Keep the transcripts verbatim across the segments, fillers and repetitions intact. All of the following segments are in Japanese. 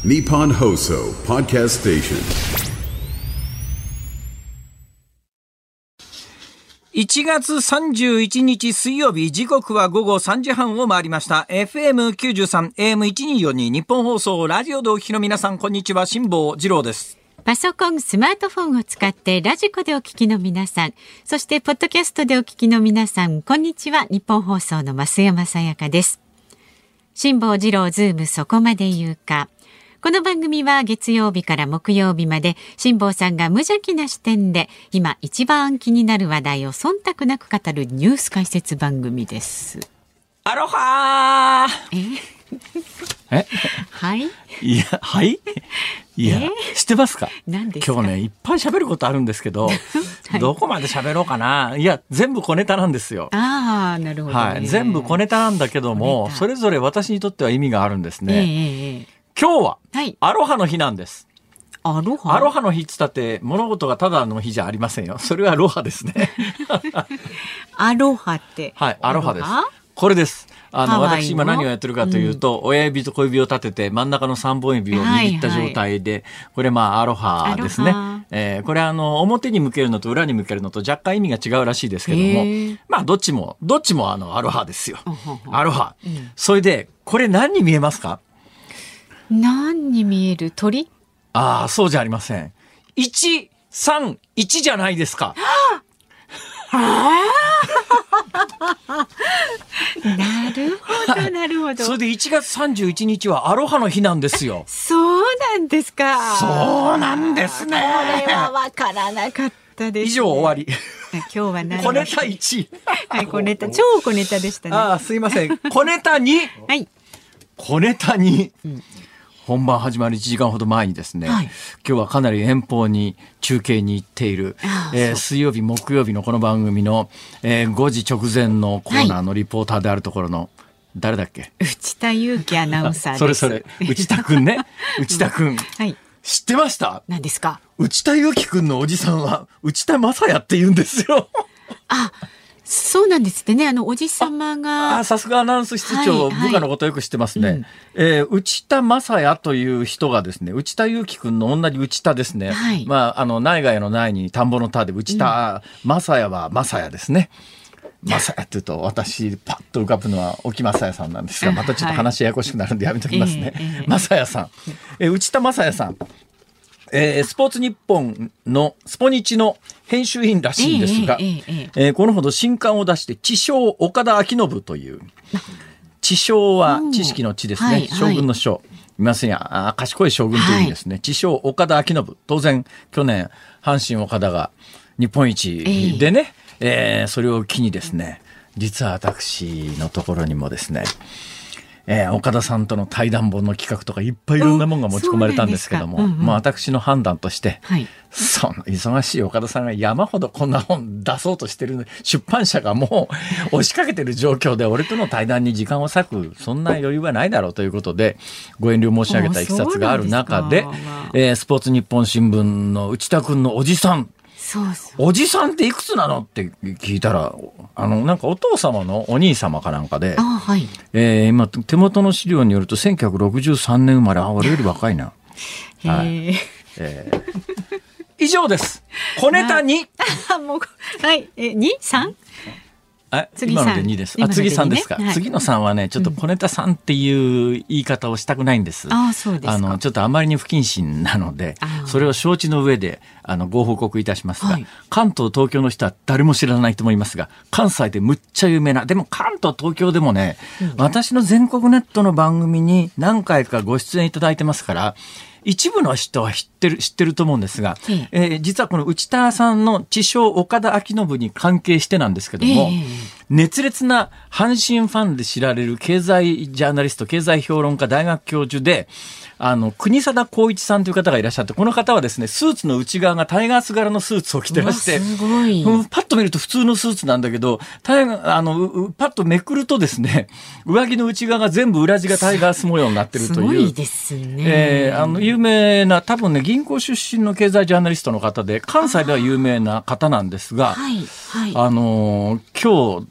Nippon Hoso Podcast Station。 いちがつさんじゅういちにち水曜日、時刻は午後さんじはんを回りました。 エフエムきゅうじゅうさん エーエムせんにひゃくよんじゅうに 日本放送ラジオでお聞きの皆さん、こんにちは。辛坊治郎です。 パソコン、スマートフォンを使ってラジコでお聞きの皆さん、そしてポッドキャストでお聞きの皆さん、こんにちは。日本放送の増山さやかです。辛坊治郎ズームそこまで言うか。この番組は月曜日から木曜日まで辛坊さんが無邪気な視点で今一番気になる話題を忖度なく語るニュース解説番組です。 アロハーええはいいやはいいや、知ってますか？ 何ですか？ 今日ねいっぱい喋ることあるんですけど、はい、どこまで喋ろうかな。いや全部小ネタなんですよ。 ああ、なるほど、ね、 はい、全部小ネタなんだけども、それぞれ私にとっては意味があるんですね。えー、今日は、はい、アロハの日なんです。 アロハ？ アロハの日っつったって物事がただの日じゃありませんよ。それはアロハですね。 アロハって、 はい、アロハです。これです。あの私今何をやってるかというと、うん、親指と小指を立てて真ん中のさんぼん指を握った状態で、はいはい、これまあアロハですね。えー、これあの表に向けるのと裏に向けるのと若干意味が違うらしいですけども、まあどっちもどっちもあのアロハですよ。アロハ、うん、それでこれ何に見えますか？ 何に見える？鳥？ ああ、そうじゃありません。いちさんいちじゃないですか。 なるほどなるほど。 それでいちがつさんじゅういちにちはアロハの日なんですよ。 そうなんですか。 そうなんですね。 これは分からなかったです、ね、 以上終わり。 今日は何？ 小ネタいち。 はい、小ネタ、超小ネタでしたね。 ああ、すいません。小ネタに。 はい。 小ネタに。うん、本番始まるいちじかんほど前にですね、はい、今日はかなり遠方に中継に行っている、えー、水曜日木曜日のこの番組の、えー、ごじ直前のコーナーのリポーターであるところの、はい、誰だっけ？ 内田裕樹アナウンサーです。 それそれ内田くんね。内田くん、はい、知ってました？ 何ですか？ 内田裕樹くんのおじさんは内田正也って言うんですよ。 あ、そうなんですってね。あのおじさまが、 あ、さすがアナウンス室長、はいはい、部下のことよく知ってますね。うん、えー、内田正也という人がですね、内田裕樹くんの同じ内田ですね。はい、まああの内外の内に田んぼの田で内田、うん、正也は正也ですね。正也というと私パッと浮かぶのは沖正也さんなんですが、またちょっと話ややこしくなるんでやめときますね。はい、えー、正也さん、えー、内田正也さん。えー、スポーツニッポンのスポニチの編集員らしいんですが、えーえーえー、このほど新刊を出して知将岡田彰信という、知将は知識の知ですね、はいはい、将軍の将いますや、あ、賢い将軍という意味ですね、はい、知将岡田彰信。当然去年阪神岡田が日本一でね、えーえー、それを機にですね、実は私のところにもですね、えー、岡田さんとの対談本の企画とかいっぱいいろんなものが持ち込まれたんですけども、うんうん、まあ、私の判断として、はい、その忙しい岡田さんが山ほどこんな本出そうとしてる出版社がもう押しかけてる状況で俺との対談に時間を割くそんな余裕はないだろうということでご遠慮申し上げたいきさつがある中で、えー、スポーツ日本新聞の内田君のおじさん、 そうそう、 おじさんっていくつなのって聞いたら、あのなんかお父様のお兄様かなんかで、 あ、はい、 えー、今手元の資料によるとせんきゅうひゃくろくじゅうさんねん生まれ。あ、俺より若いな。はい、えー、以上です。小ネタにもう、はい、え、に、さん？ あ、今のでにです。あ、次さんですか、はい、次のさんはね、ちょっと小ネタさんっていう言い方をしたくないんです。 うん、あ、そうですか。 あのちょっとあまりに不謹慎なので、それを承知の上であのご報告いたしますが、はい、関東東京の人は誰も知らないと思いますが、関西でむっちゃ有名な、でも関東東京でもね、うん、私の全国ネットの番組に何回かご出演いただいてますから、一部の人は知ってる、知ってると思うんですが、えええー、実はこの内田さんの知将岡田彰信に関係してなんですけども、ええ、熱烈な阪神ファンで知られる経済ジャーナリスト、経済評論家、大学教授で、あの国定光一さんという方がいらっしゃって、この方はですね、スーツの内側がタイガース柄のスーツを着てらして、 すごい、 うん、パッと見ると普通のスーツなんだけど、タイガあのパッとめくるとですね、上着の内側が全部裏地がタイガース模様になってるという、すごいですね、 えー、あの有名な、多分ね、銀行出身の経済ジャーナリストの方で、関西では有名な方なんですが、はいはい、あの今日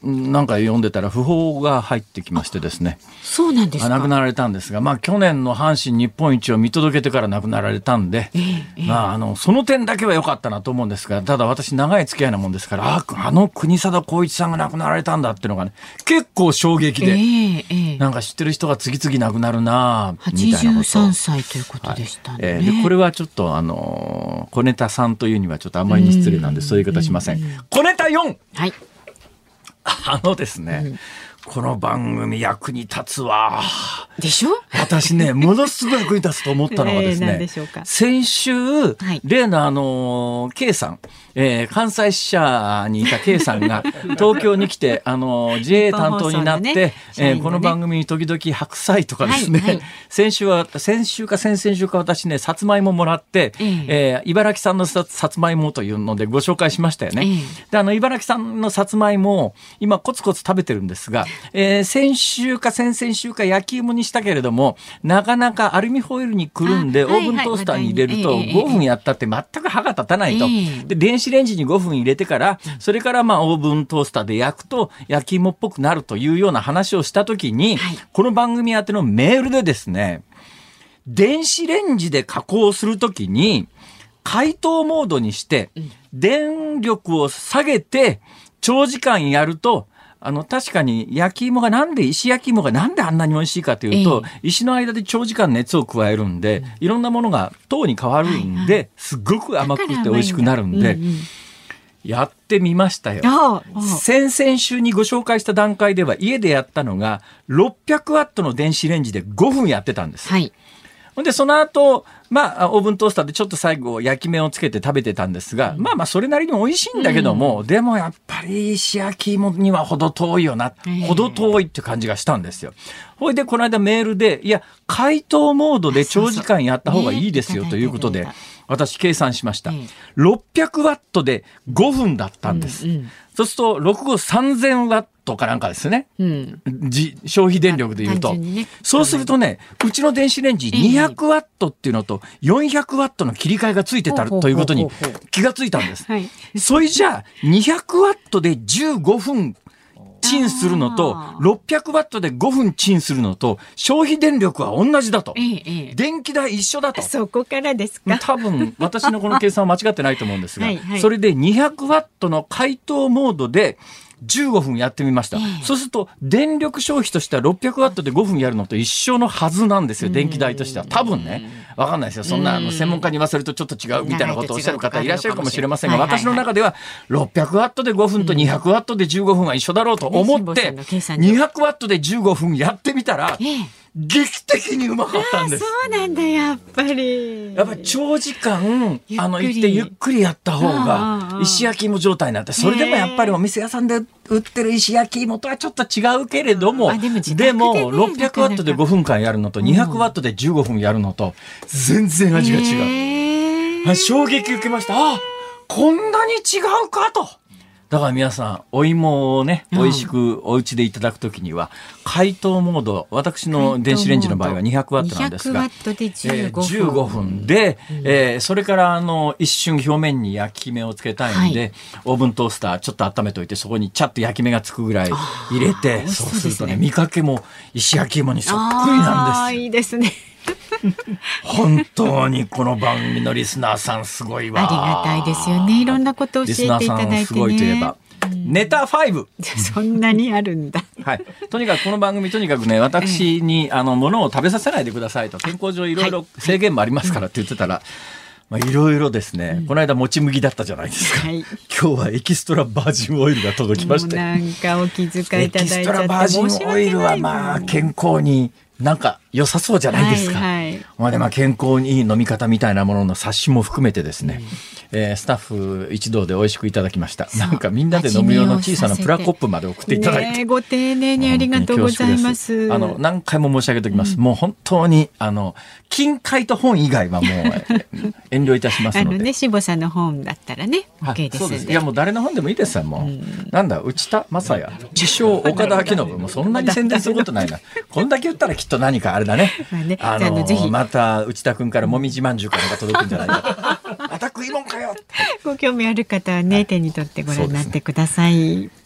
なんか読んでたら訃報が入ってきましてですね。 そうなんですか。 亡くなられたんですが、まあ去年の阪神日本一を見届けてから亡くなられたんで、えーえー、まああのその点だけは良かったなと思うんですが、ただ私長い付き合いなもんですから、ああの国定光一さんが亡くなられたんだっていうのがね結構衝撃で、えーえー、なんか知ってる人が次々亡くなるなみたいなこと。はちじゅうさんさいということでしたね。 はい、えー、でこれはちょっとあの小ネタさんというにはちょっとあまりに失礼なんでそういう言い方しません。小ネタよん、はい、あのですね、うん、この番組役に立つわでしょ。 私ねものすごい役に立つと思ったのがですね、えー、何でしょうか。先週、はい、例のあの K さん、えー、関西支社にいた K さんが東京に来てあの ジェーエー 担当になって、ねえー、この番組に時々白菜とかですね、はいはい、先週は先週か先々週か私ねさつまいももらって、えーえー、茨城産の さ, さつまいもというのでご紹介しましたよね、えー、であの茨城産のさつまいもを今コツコツ食べてるんですが、えー、先週か先々週か焼き芋にしたけれどもなかなかアルミホイルにくるんでオーブントースターに入れるとごふんやったって全く歯が立たないと、えー、で電子レンジにごふん入れてからそれからまあオーブントースターで焼くと焼き芋っぽくなるというような話をしたときに、はい、この番組宛てのメールでですね電子レンジで加工するときに解凍モードにして電力を下げて長時間やるとあの確かに焼き芋がなんで石焼き芋がなんであんなに美味しいかというと、ええ、石の間で長時間熱を加えるんで、うん、いろんなものが糖に変わるんで、はいはい、すごく甘くて美味しくなるんで、うんうん、やってみましたよ。先々週にご紹介した段階では家でやったのがろっぴゃくワットの電子レンジでごふんやってたんです。はい、でその後まあオーブントースターでちょっと最後焼き目をつけて食べてたんですが、うん、まあまあそれなりに美味しいんだけども、うん、でもやっぱり石焼き芋には程遠いよな、えー、程遠いって感じがしたんですよ。ほいでこの間メールでいや解凍モードで長時間やった方がいいですよということで私計算しました、えー、ろっぴゃくワットでごふんだったんです、うんうん、そうするとろくごさんぜんワットかなんかですね、うん、消費電力でいうと、ね、そうするとねうちの電子レンジにひゃくワットっていうのとよんひゃくワットの切り替えがついてたということに気がついたんです、はい、それじゃあにひゃくワットでじゅうごふんチンするのとろっぴゃくワットでごふんチンするのと消費電力は同じだと、ええ、電気代一緒だと。 そこからですか。 多分私のこの計算は間違ってないと思うんですがはい、はい、それでにひゃくワットの解凍モードでじゅうごふんやってみました、えー、そうすると電力消費としてはろっぴゃくワットでごふんやるのと一緒のはずなんですよ。電気代としては多分ね分かんないですよ。そんなあの専門家に言わせるとちょっと違うみたいなことをおっしゃる方いらっしゃるかもしれませんが、私の中ではろっぴゃくワットでごふんとにひゃくワットでじゅうごふんは一緒だろうと思ってにひゃくワットでじゅうごふんやってみたら、えー劇的にうまかったんです。 そうなんだ。やっぱりやっぱり長時間あの行ってゆっくりやった方が石焼き芋状態になって、それでもやっぱりお店屋さんで売ってる石焼き芋とはちょっと違うけれども、でも、でもろっぴゃくワットでごふんかんやるのとにひゃくワットでじゅうごふんやるのと全然味が違う。衝撃受けました。あ、こんなに違うかと。だから皆さんお芋をね美味しくお家でいただくときには解凍モード、私の電子レンジの場合はにひゃくワットなんですがにひゃくワットでじゅうごふん、 えー、じゅうごふんで、うんえー、それからあの一瞬表面に焼き目をつけたいんで、はい、オーブントースターちょっと温めといてそこにチャッと焼き目がつくぐらい入れて、そうするとね見かけも石焼き芋にそっくりなんです。 いいですね。 本当にこの番組のリスナーさんすごいわ。 ありがたいですよね。いろんなことを教えていただいてね。リスナーさんすごいといえば、うん、ネタごそんなにあるんだ、 はい、とにかくこの番組とにかくね私に、えー、あの物を食べさせないでくださいと、健康上いろいろ制限もありますからって言ってたら、まあ、いろいろですね、うん、この間もち麦だったじゃないですか、はい、今日はエキストラバージンオイルが届きまして、 もうなんかお気遣いいただいちゃって、エキストラバージンオイルはまあ健康になんか良さそうじゃないですか、はいはい、まあでまあ健康にいい飲み方みたいなものの冊子も含めてですね、うんえー、スタッフ一同で美味しくいただきました。なんかみんなで飲む用の小さなプラコップまで送っていただいて、 ね、ご丁寧にありがとうございます。 あの何回も申し上げておきます、うん、もう本当にあの金塊と本以外はもう遠慮いたしますのであのね、志保さんの本だったらね OK です。 そうです。いやもう誰の本でもいいですよ。もう、うん、なんだ内田正也自称岡田彰信もうそんなに宣伝することないなこんだけ言ったらきっと何かあれだねまあね、あのー、ぜひまた内田君からもみじまんじゅうからが届くんじゃないかまた食いもんかよ。 ご興味ある方はね、はい、手に取ってご覧になってください。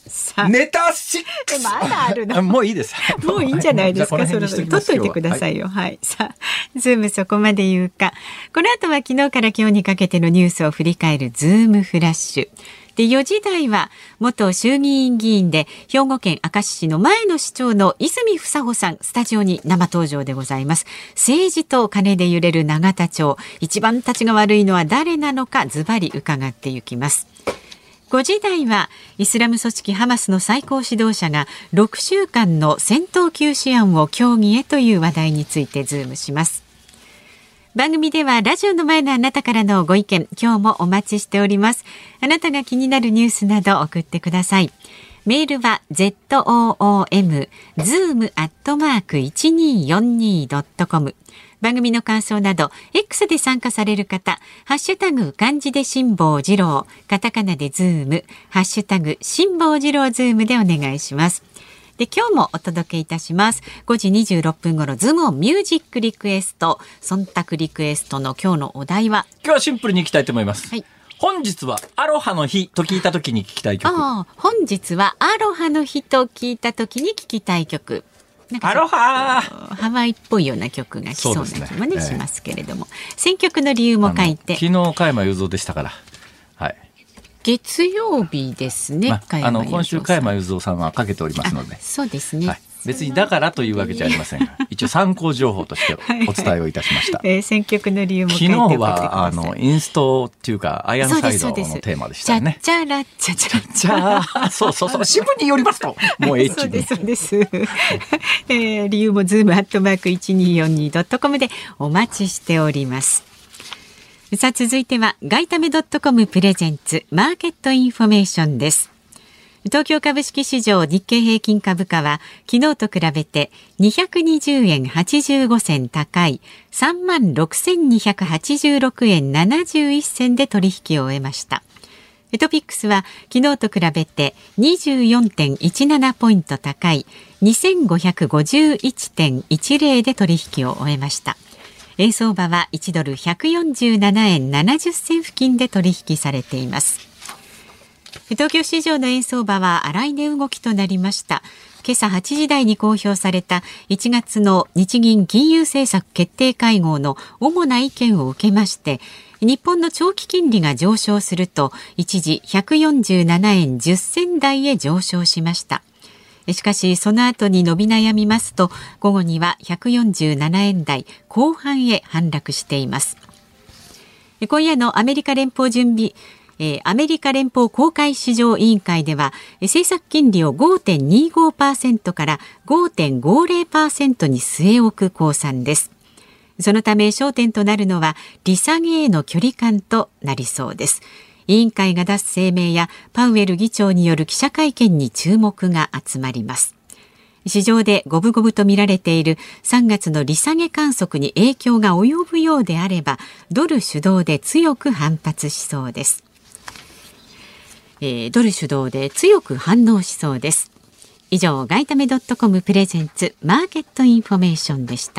ネタシックスまだあるのもういいですもういいんじゃないですか、はい、そろそろ取っといてくださいよ、はいはい、さあズームそこまで言うか。この後は昨日から今日にかけてのニュースを振り返るズームフラッシュで、よじ台は元衆議院議員で兵庫県明石市の前の市長の泉房穂さん、スタジオに生登場でございます。政治と金で揺れる永田町、一番立ちが悪いのは誰なのか、ズバリ伺っていきます。ごじ台はイスラム組織ハマスの最高指導者がろくしゅうかんの戦闘休止案を協議へという話題についてズームします。番組ではラジオの前のあなたからのご意見、今日もお待ちしております。あなたが気になるニュースなど送ってください。メールは ズーム ズーム アットマーク いちにーよんにー ドットコム。番組の感想など X で参加される方、ハッシュタグ漢字で辛坊治郎、カタカナでズーム、ハッシュタグ辛坊治郎ズームでお願いします。で、今日もお届けいたします。ごじにじゅうろっぷん頃、ズームオンミュージックリクエスト、忖度リクエストの今日のお題は、 今日はシンプルにいきたいと思います。はい、本日はアロハの日と聞いた時に聞きたい曲。 ああ、本日はアロハの日と聞いた時に聞きたい曲。なんかアロハハワイっぽいような曲が来そうな気も ね, ね、えー、しますけれども、選曲の理由も書いて。 昨日加山雄三でしたから、はい、 月曜日ですね、 まあ、あの今週加山雄三さんはかけておりますので。 そうですね、はい、 別にだからというわけじゃありませんが、一応参考情報としてお伝えをいたしました。 はいはい、えー、選曲の理由も書いて昨日はあのインストっていうかアイアンサイドのテーマでしたね。 チャラチャチャチャそうそうそう、支部によりますともう H にそうですそうです、えー、理由もズームアットマーク いちにーよんにー ドットコム でお待ちしております。さあ続いてはガイタメ .com プレゼンツマーケットインフォメーションです。東京株式市場日経平均株価は昨日と比べてにひゃくにじゅうえんはちじゅうごせん高い さんまんろくせんにひゃくはちじゅうろくえんななじゅういっせんで取引を終えました。トピックスは昨日と比べて にじゅうよんてんいちなな ポイント高い にせんごひゃくごじゅういちてんいちゼロ で取引を終えました。円相場はいちドルひゃくよんじゅうななえんななじゅっせん付近で取引されています。東京市場の円相場は荒い値動きとなりました。今朝はちじ台に公表されたいちがつの日銀金融政策決定会合の主な意見を受けまして、日本の長期金利が上昇すると一時ひゃくよんじゅうななえんじゅっせん台へ上昇しました。しかしその後に伸び悩みますと午後にはひゃくよんじゅうななえん台後半へ反落しています。今夜のアメリカ連邦準備えー、アメリカ連邦公開市場委員会では政策金利を ごてんにごパーセント から ごてんごゼロパーセント に据え置く公算です。そのため焦点となるのは利下げへの距離感となりそうです。委員会が出す声明やパウエル議長による記者会見に注目が集まります。市場で五分五分と見られているさんがつの利下げ観測に影響が及ぶようであればドル主導で強く反発しそうです。えー、ドル主導で強く反応しそうです。以上、ガイタメ .com プレゼンツマーケットインフォメーションでした。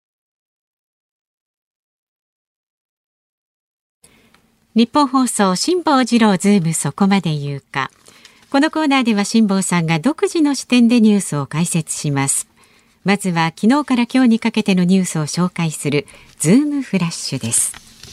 日本放送辛坊治郎ズームそこまで言うか。このコーナーでは辛坊さんが独自の視点でニュースを解説します。まずは昨日から今日にかけてのニュースを紹介するズームフラッシュです。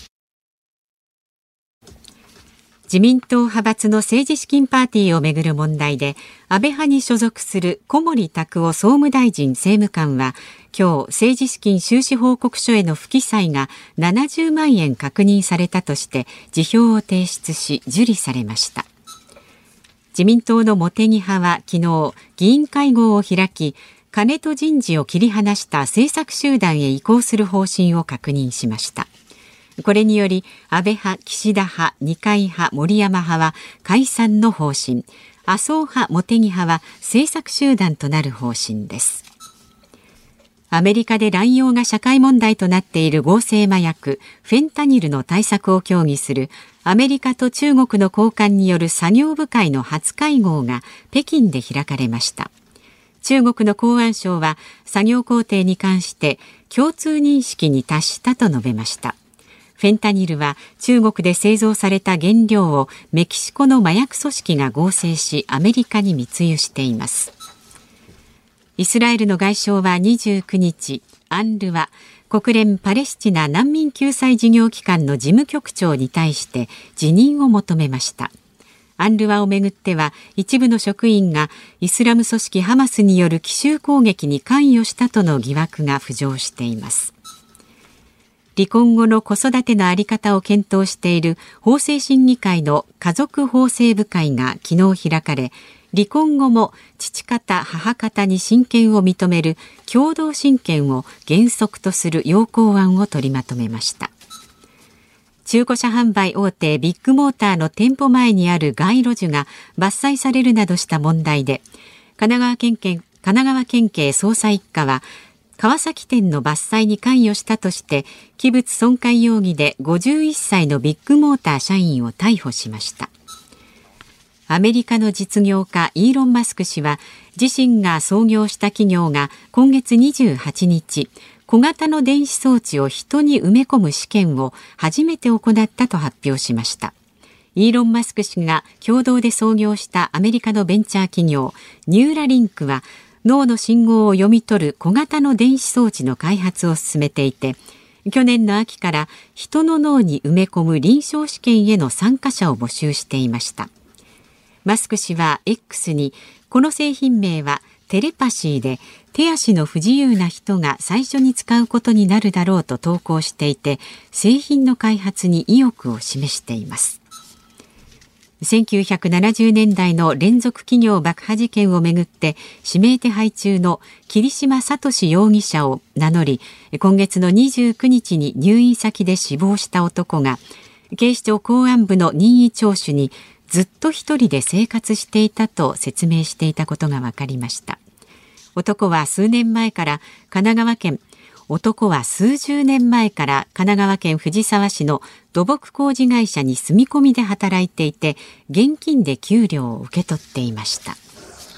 自民党派閥の政治資金パーティーをめぐる問題で安倍派に所属する小森卓夫総務大臣政務官は今日政治資金収支報告書への不記載がななじゅうまんえん確認されたとして辞表を提出し受理されました。自民党の茂木派は昨日議員会合を開き金と人事を切り離した政策集団へ移行する方針を確認しました。これにより安倍派、岸田派、二階派、森山派は解散の方針、麻生派、茂木派は政策集団となる方針です。アメリカで乱用が社会問題となっている合成麻薬フェンタニルの対策を協議するアメリカと中国の高官による作業部会の初会合が北京で開かれました。中国の公安省は作業工程に関して共通認識に達したと述べました。 フェンタニルは中国で製造された原料をメキシコの麻薬組織が合成しアメリカに密輸しています。イスラエルの外相はにじゅうくにち、アンルワ国連パレスチナ難民救済事業機関の事務局長に対して辞任を求めました。アンルワをめぐっては一部の職員がイスラム組織ハマスによる奇襲攻撃に関与したとの疑惑が浮上しています。離婚後の子育てのあり方を検討している法制審議会の家族法制部会が昨日開かれ、離婚後も父方母方に親権を認める共同親権を原則とする要綱案を取りまとめました。中古車販売大手ビッグモーターの店舗前にある街路樹が伐採されるなどした問題で、神奈川県警、神奈川県警捜査一課は川崎店の伐採に関与したとして器物損壊容疑でごじゅういっさいのビッグモーター社員を逮捕しました。アメリカの実業家イーロン・マスク氏は自身が創業した企業が今月にじゅうはちにち小型の電子装置を人に埋め込む試験を初めて行ったと発表しました。イーロン・マスク氏が共同で創業したアメリカのベンチャー企業ニューラリンクは脳の信号を読み取る小型の電子装置の開発を進めていて、去年の秋から人の脳に埋め込む臨床試験への参加者を募集していました。マスク氏は X にこの製品名はテレパシーで手足の不自由な人が最初に使うことになるだろうと投稿していて、製品の開発に意欲を示しています。せんきゅうひゃくななじゅうねんだいの連続企業爆破事件をめぐって指名手配中の桐島聡容疑者を名乗り、今月のにじゅうくにちに入院先で死亡した男が警視庁公安部の任意聴取にずっと一人で生活していたと説明していたことが分かりました。男は数年前から神奈川県男は数十年前から神奈川県藤沢市の土木工事会社に住み込みで働いていて、現金で給料を受け取っていました。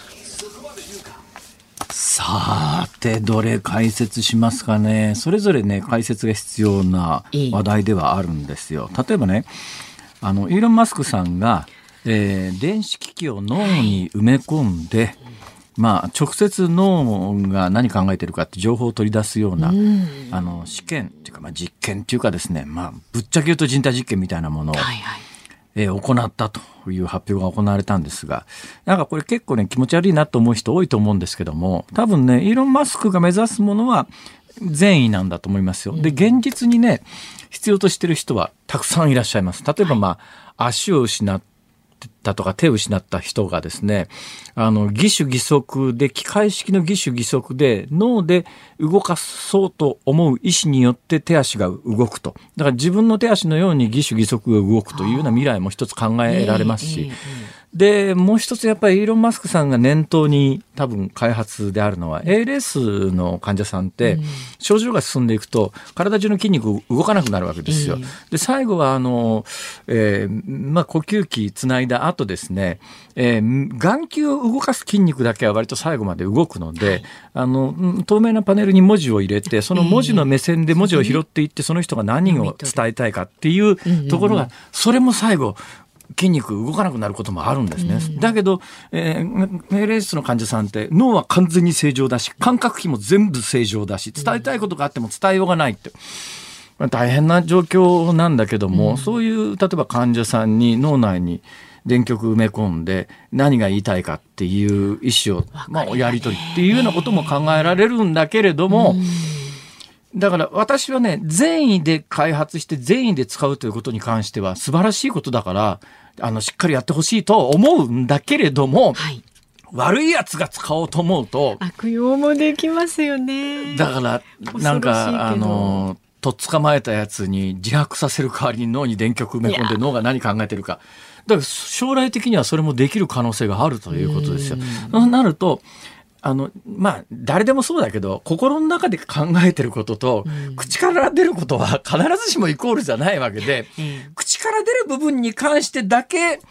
さてどれ解説しますかね。それぞれね解説が必要な話題ではあるんですよ。例えばね、あのイーロン・マスクさんが、えー、電子機器を脳に埋め込んで、まあ、直接脳が何考えてるかって情報を取り出すような、うん、あの試験っていうか、まあ、実験っていうかですね、まあ、ぶっちゃけ言うと人体実験みたいなものを、はいはい、えー、行ったという発表が行われたんですが、なんかこれ結構ね気持ち悪いなと思う人多いと思うんですけども、多分ねイーロン・マスクが目指すものは善意なんだと思いますよ。で現実にね必要としてる人はたくさんいらっしゃいます。例えば、まあ、足を失ったとか手を失った人がですね、あの義手義足で機械式の義手義足で脳で動かそうと思う意思によって手足が動くと。だから自分の手足のように義手義足が動くというような未来も一つ考えられますし、でもう一つやっぱりイーロン・マスクさんが念頭に多分開発であるのは エーエルエス の患者さんって症状が進んでいくと体中の筋肉動かなくなるわけですよ。で最後はあの、えーまあ、呼吸器つないだ後ですね、えー、眼球を動かす筋肉だけは割と最後まで動くので、はい、あの透明なパネルに文字を入れてその文字の目線で文字を拾っていってその人が何を伝えたいかっていうところがそれも最後筋肉動かなくなることもあるんですね、うん、だけど、えー、エーエルエス の患者さんって脳は完全に正常だし感覚器も全部正常だし伝えたいことがあっても伝えようがないって、まあ、大変な状況なんだけども、うん、そういう例えば患者さんに脳内に電極埋め込んで何が言いたいかっていう意思を、まあ、やり取りっていうようなことも考えられるんだけれども、うん、だから私はね善意で開発して善意で使うということに関しては素晴らしいことだからあのしっかりやってほしいと思うんだけれども、はい、悪いやつが使おうと思うと悪用もできますよね。 だからなんかあのとっ捕まえたやつに自白させる代わりに脳に電極埋め込んで脳が何考えてるかだから将来的にはそれもできる可能性があるということですよ。そうなるとあのまあ誰でもそうだけど心の中で考えてることと、うん、口から出ることは必ずしもイコールじゃないわけで、うん、口から出る部分に関してだけ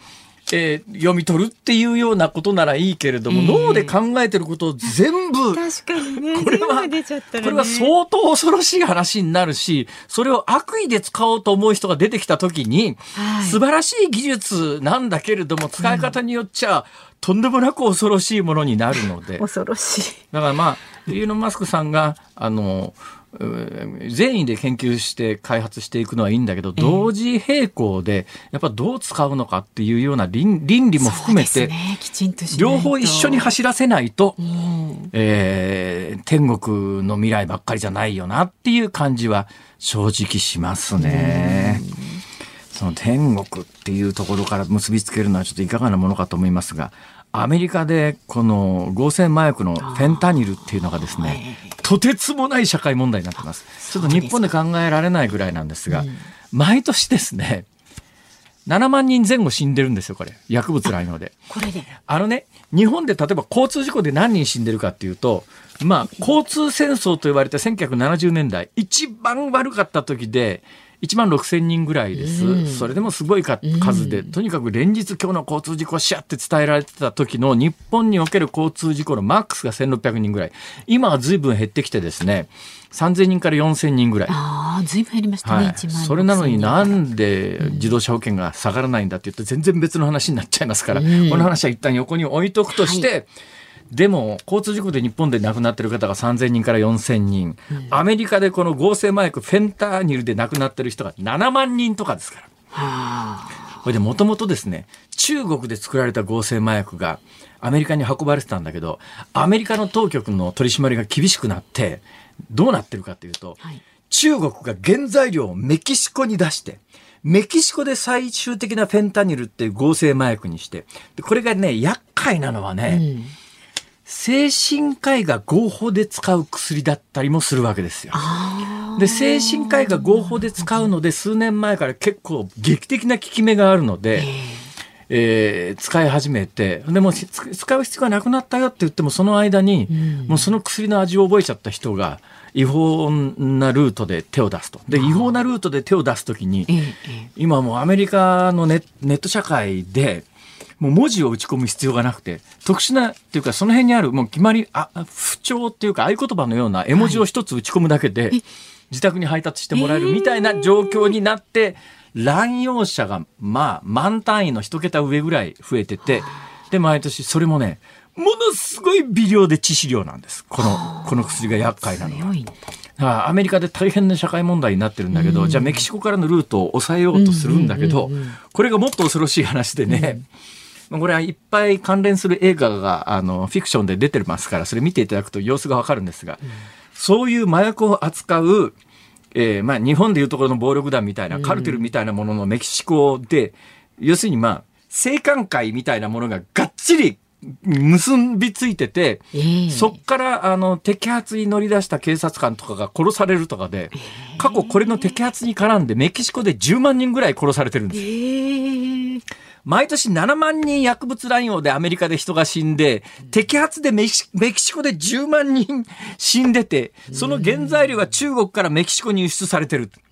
えー、読み取るっていうようなことならいいけれども、えー、脳で考えてることを全部確かにね、 これは、 全部出ちゃったらね、 これは相当恐ろしい話になるし、それを悪意で使おうと思う人が出てきた時に、はい、素晴らしい技術なんだけれども使い方によっちゃ、うん、とんでもなく恐ろしいものになるので恐ろしい。 だからまあイーロン・マスクさんがあの善意で研究して開発していくのはいいんだけど、同時並行でやっぱどう使うのかっていうような 倫, 倫理も含めて、 ね、きちんとしないと両方一緒に走らせないと、うんえー、天国の未来ばっかりじゃないよなっていう感じは正直しますね。その天国っていうところから結びつけるのはちょっといかがなものかと思いますが、アメリカでこの合成麻薬のフェンタニルっていうのがですね、とてつもない社会問題になってます。ちょっと日本で考えられないぐらいなんですが、うん、毎年ですねななまんにんぜん後死んでるんですよ、これ薬物乱用で。 これであのね、日本で例えば交通事故で何人死んでるかっていうと、まあ交通戦争と言われたせんきゅうひゃくななじゅうねんだい一番悪かった時でいちまんろくせんにんぐらいです、うん、それでもすごいか数で、とにかく連日今日の交通事故しゃって伝えられてた時の日本における交通事故のマックスがせんろっぴゃくにんぐらい、今は随分減ってきてですねさんぜんにんからよんせんにんぐらい。 ああ、随分減りましたね、はい、いちまんろくせんにん。 それなのになんで自動車保険が下がらないんだって言って全然別の話になっちゃいますから、うん、この話は一旦横に置いとくとして、はい、でも交通事故で日本で亡くなっている方がさんぜんにんからよんせんにん、うん、アメリカでこの合成麻薬フェンタニルで亡くなっている人がななまんにんとかですから。はあ、これでもともとですね、中国で作られた合成麻薬がアメリカに運ばれてたんだけど、アメリカの当局の取り締まりが厳しくなってどうなってるかというと、はい、中国が原材料をメキシコに出してメキシコで最終的なフェンタニルっていう合成麻薬にして、でこれがね厄介なのはね、うん、精神科医が合法で使う薬だったりもするわけですよ。で精神科医が合法で使うので数年前から結構劇的な効き目があるので、えー、使い始めて、でも使う必要がなくなったよって言ってもその間に、うん、もうその薬の味を覚えちゃった人が違法なルートで手を出すと。で違法なルートで手を出すときに、今もうアメリカの ネ, ネット社会でもう文字を打ち込む必要がなくて、特殊なっていうかその辺にあるもう決まりあ不調っていうか合言葉のような絵文字を一つ打ち込むだけで、はい、自宅に配達してもらえるみたいな状況になって、えー、乱用者がまあ万単位の一桁上ぐらい増えてて、で毎年それもねものすごい微量で致死量なんです。このこの薬が厄介なのは。はあ、アメリカで大変な社会問題になってるんだけど、うん、じゃあメキシコからのルートを抑えようとするんだけど、うんうんうんうん、これがもっと恐ろしい話でね、うん、これはいっぱい関連する映画があのフィクションで出てますから、それ見ていただくと様子がわかるんですが、うん、そういう麻薬を扱う、えーまあ、日本でいうところの暴力団みたいなカルテルみたいなもののメキシコで、うん、要するにまあ青函会みたいなものががっちり結びついてて、えー、そっからあの摘発に乗り出した警察官とかが殺されるとかで、えー、過去これの摘発に絡んでメキシコでじゅうまんにんぐらい殺されてるんです、えー、毎年ななまんにん薬物乱用でアメリカで人が死んで、摘発でメキシ、メキシコでじゅうまんにん死んでて、その原材料が中国からメキシコに輸出されてる、うん、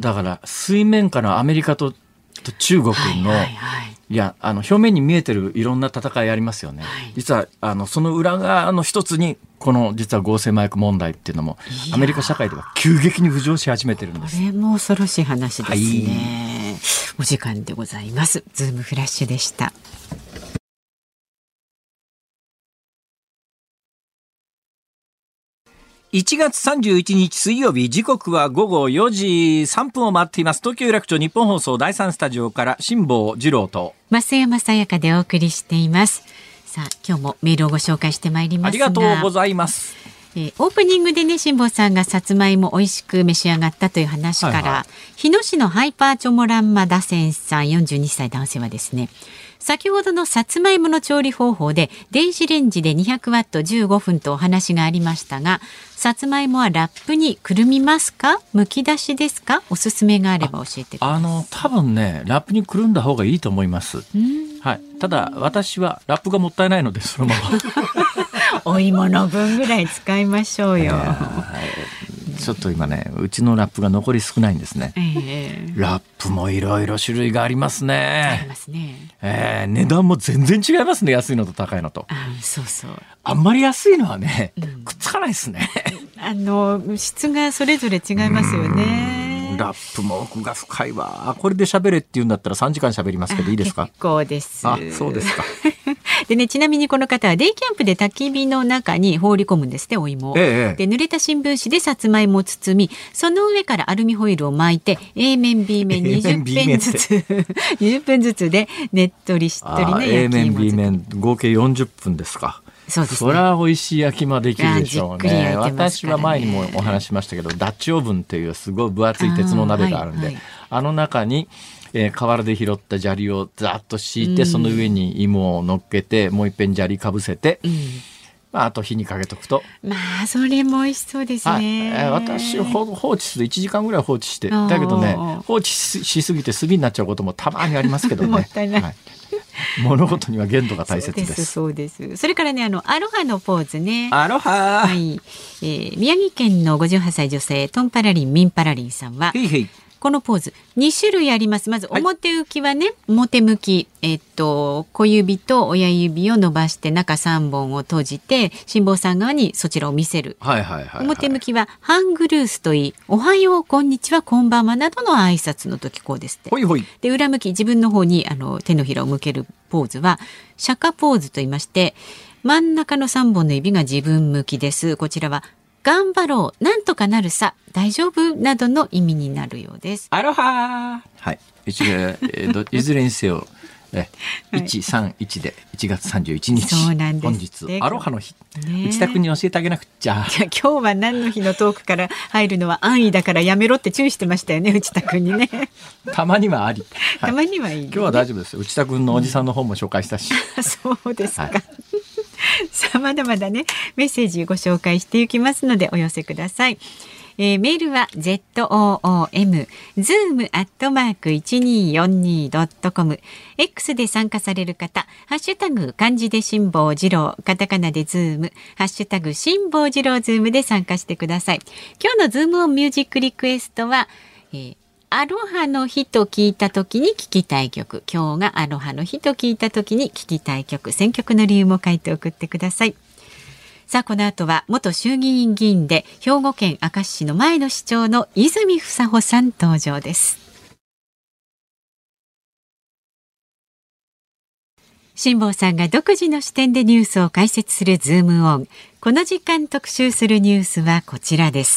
だから水面下のアメリカとと中国の、はいはいはい、いやあの表面に見えてるいろんな戦いありますよね、はい、実はあのその裏側の一つにこの実は合成麻薬問題っていうのもアメリカ社会では急激に浮上し始めてるんです。 これも恐ろしい話ですね、はい、お時間でございます。ズームフラッシュでした。 いちがつさんじゅういちにち水曜日、時刻はごごよじさんぷんを回っています。東京有楽町日本放送だいさんスタジオから辛坊治郎と増山さやかでお送りしています。さあ今日もメールをご紹介してまいりますが、 ありがとうございます。 えー、オープニングでね、辛坊さんがさつまいも美味しく召し上がったという話から、はいはい、日野市のハイパーチョモランマダセンさんよんじゅうにさい男性はですね、先ほどのさつまいもの調理方法で電子レンジでにひゃくワットじゅうごふんとお話がありましたが、さつまいもはラップにくるみますか、むき出しですか、おすすめがあれば教えてください。 あの多分ねラップにくるんだ方がいいと思います、はい、ただ私はラップがもったいないのでそのままお芋の分ぐらい使いましょうよ。 ちょっと今ねうちのラップが残り少ないんですね、 えー、 ラップもいろいろ種類がありますね。 ありますね、 えー、値段も全然違いますね。安いのと高いのと。 あそうそうあんまり安いのはね、うん、くっつかないですね。 あの質がそれぞれ違いますよね。 ラップも奥が深いわ。これで喋れって言うんだったらさんじかん喋りますけどいいですか。 結構です。 あ、そうですか。 でね、ちなみにこの方はデイキャンプで焚き火の中に放り込むんですって、お芋を、ええ、で濡れた新聞紙でさつまいもを包み、その上からアルミホイルを巻いて A 面 B 面にじゅっぺんずつにじゅっぷんずつでねっとりしっとりな焼き芋 A 面 B 面合計よんじゅっぷんですか。 そうですね、 そりゃ美味しい焼き芋できるでしょうね。 ね、 私は前にもお話しましたけどダッチオーブンっていうすごい分厚い鉄の鍋があるんで、 あ,、はいはい、あの中にえー、河原で拾った砂利をざっと敷いて、うん、その上に芋を乗っけてもう一遍砂利かぶせて、うん、まあ、あと火にかけとくと、 まあそれも美味しそうですね、 はい、えー、私放置するいちじかんぐらい放置してだけどね放置 し, しすぎて炭になっちゃうこともたまにありますけどね。 もったいない、 はい、物事には限度が大切です。 そうです、そうです。それからね、あのアロハのポーズね。 アロハ、 はい、えー、宮城県のごじゅうはっさい女性トンパラリンミンパラリンさんは、 へいへい、 このポーズに種類あります。まず表向きはね、はい、表向き、えっと小指と親指を伸ばして中さんぼんを閉じて辛坊さん側にそちらを見せる、 はいはいはいはい、 表向きはハングルースといい、おはようこんにちはこんばんはなどの挨拶の時こうですって。 ほいほい。 で裏向き、自分の方にあの手のひらを向けるポーズは釈迦ポーズと言いまして、真ん中のさんぼんの指が自分向きです。こちらは頑張ろう、なんとかなるさ、大丈夫などの意味になるようです。 アロハ、はい、一えー、いずれにせよえいちさんいちでいちがつさんじゅういちにち、 そうなんです。 本日アロハの日、内田君に教えてあげなくちゃ。 いや今日は何の日のトークから入るのは安易だからやめろって注意してましたよね、内田君にね。 たまにはあり、 はい、たまにはいい、ね、 今日は大丈夫ですよ。内田君のおじさんの本も紹介したし、 うん、そうですか、 はい、 さあまだまだねメッセージご紹介していきますのでお寄せください。えー、メールは ズーム ズーム アットマーク いちにーよんにー ドットコム、 X で参加される方、ハッシュタグ漢字で辛坊治郎、カタカナでズーム、ハッシュタグ辛坊治郎ズームで参加してください。今日のズームオンミュージックリクエストは、えーアロハの日と聞いた時に聞きたい曲、今日がアロハの日と聞いた時に聞きたい曲、選曲の理由も書いて送ってください。さあこの後は元衆議院議員で兵庫県明石市の前の市長の泉房穂さん登場です。辛坊さんが独自の視点でニュースを解説するズームオン。この時間特集するニュースはこちらです。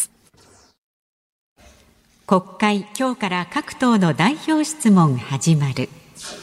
国会、今日から各党の代表質問始まる。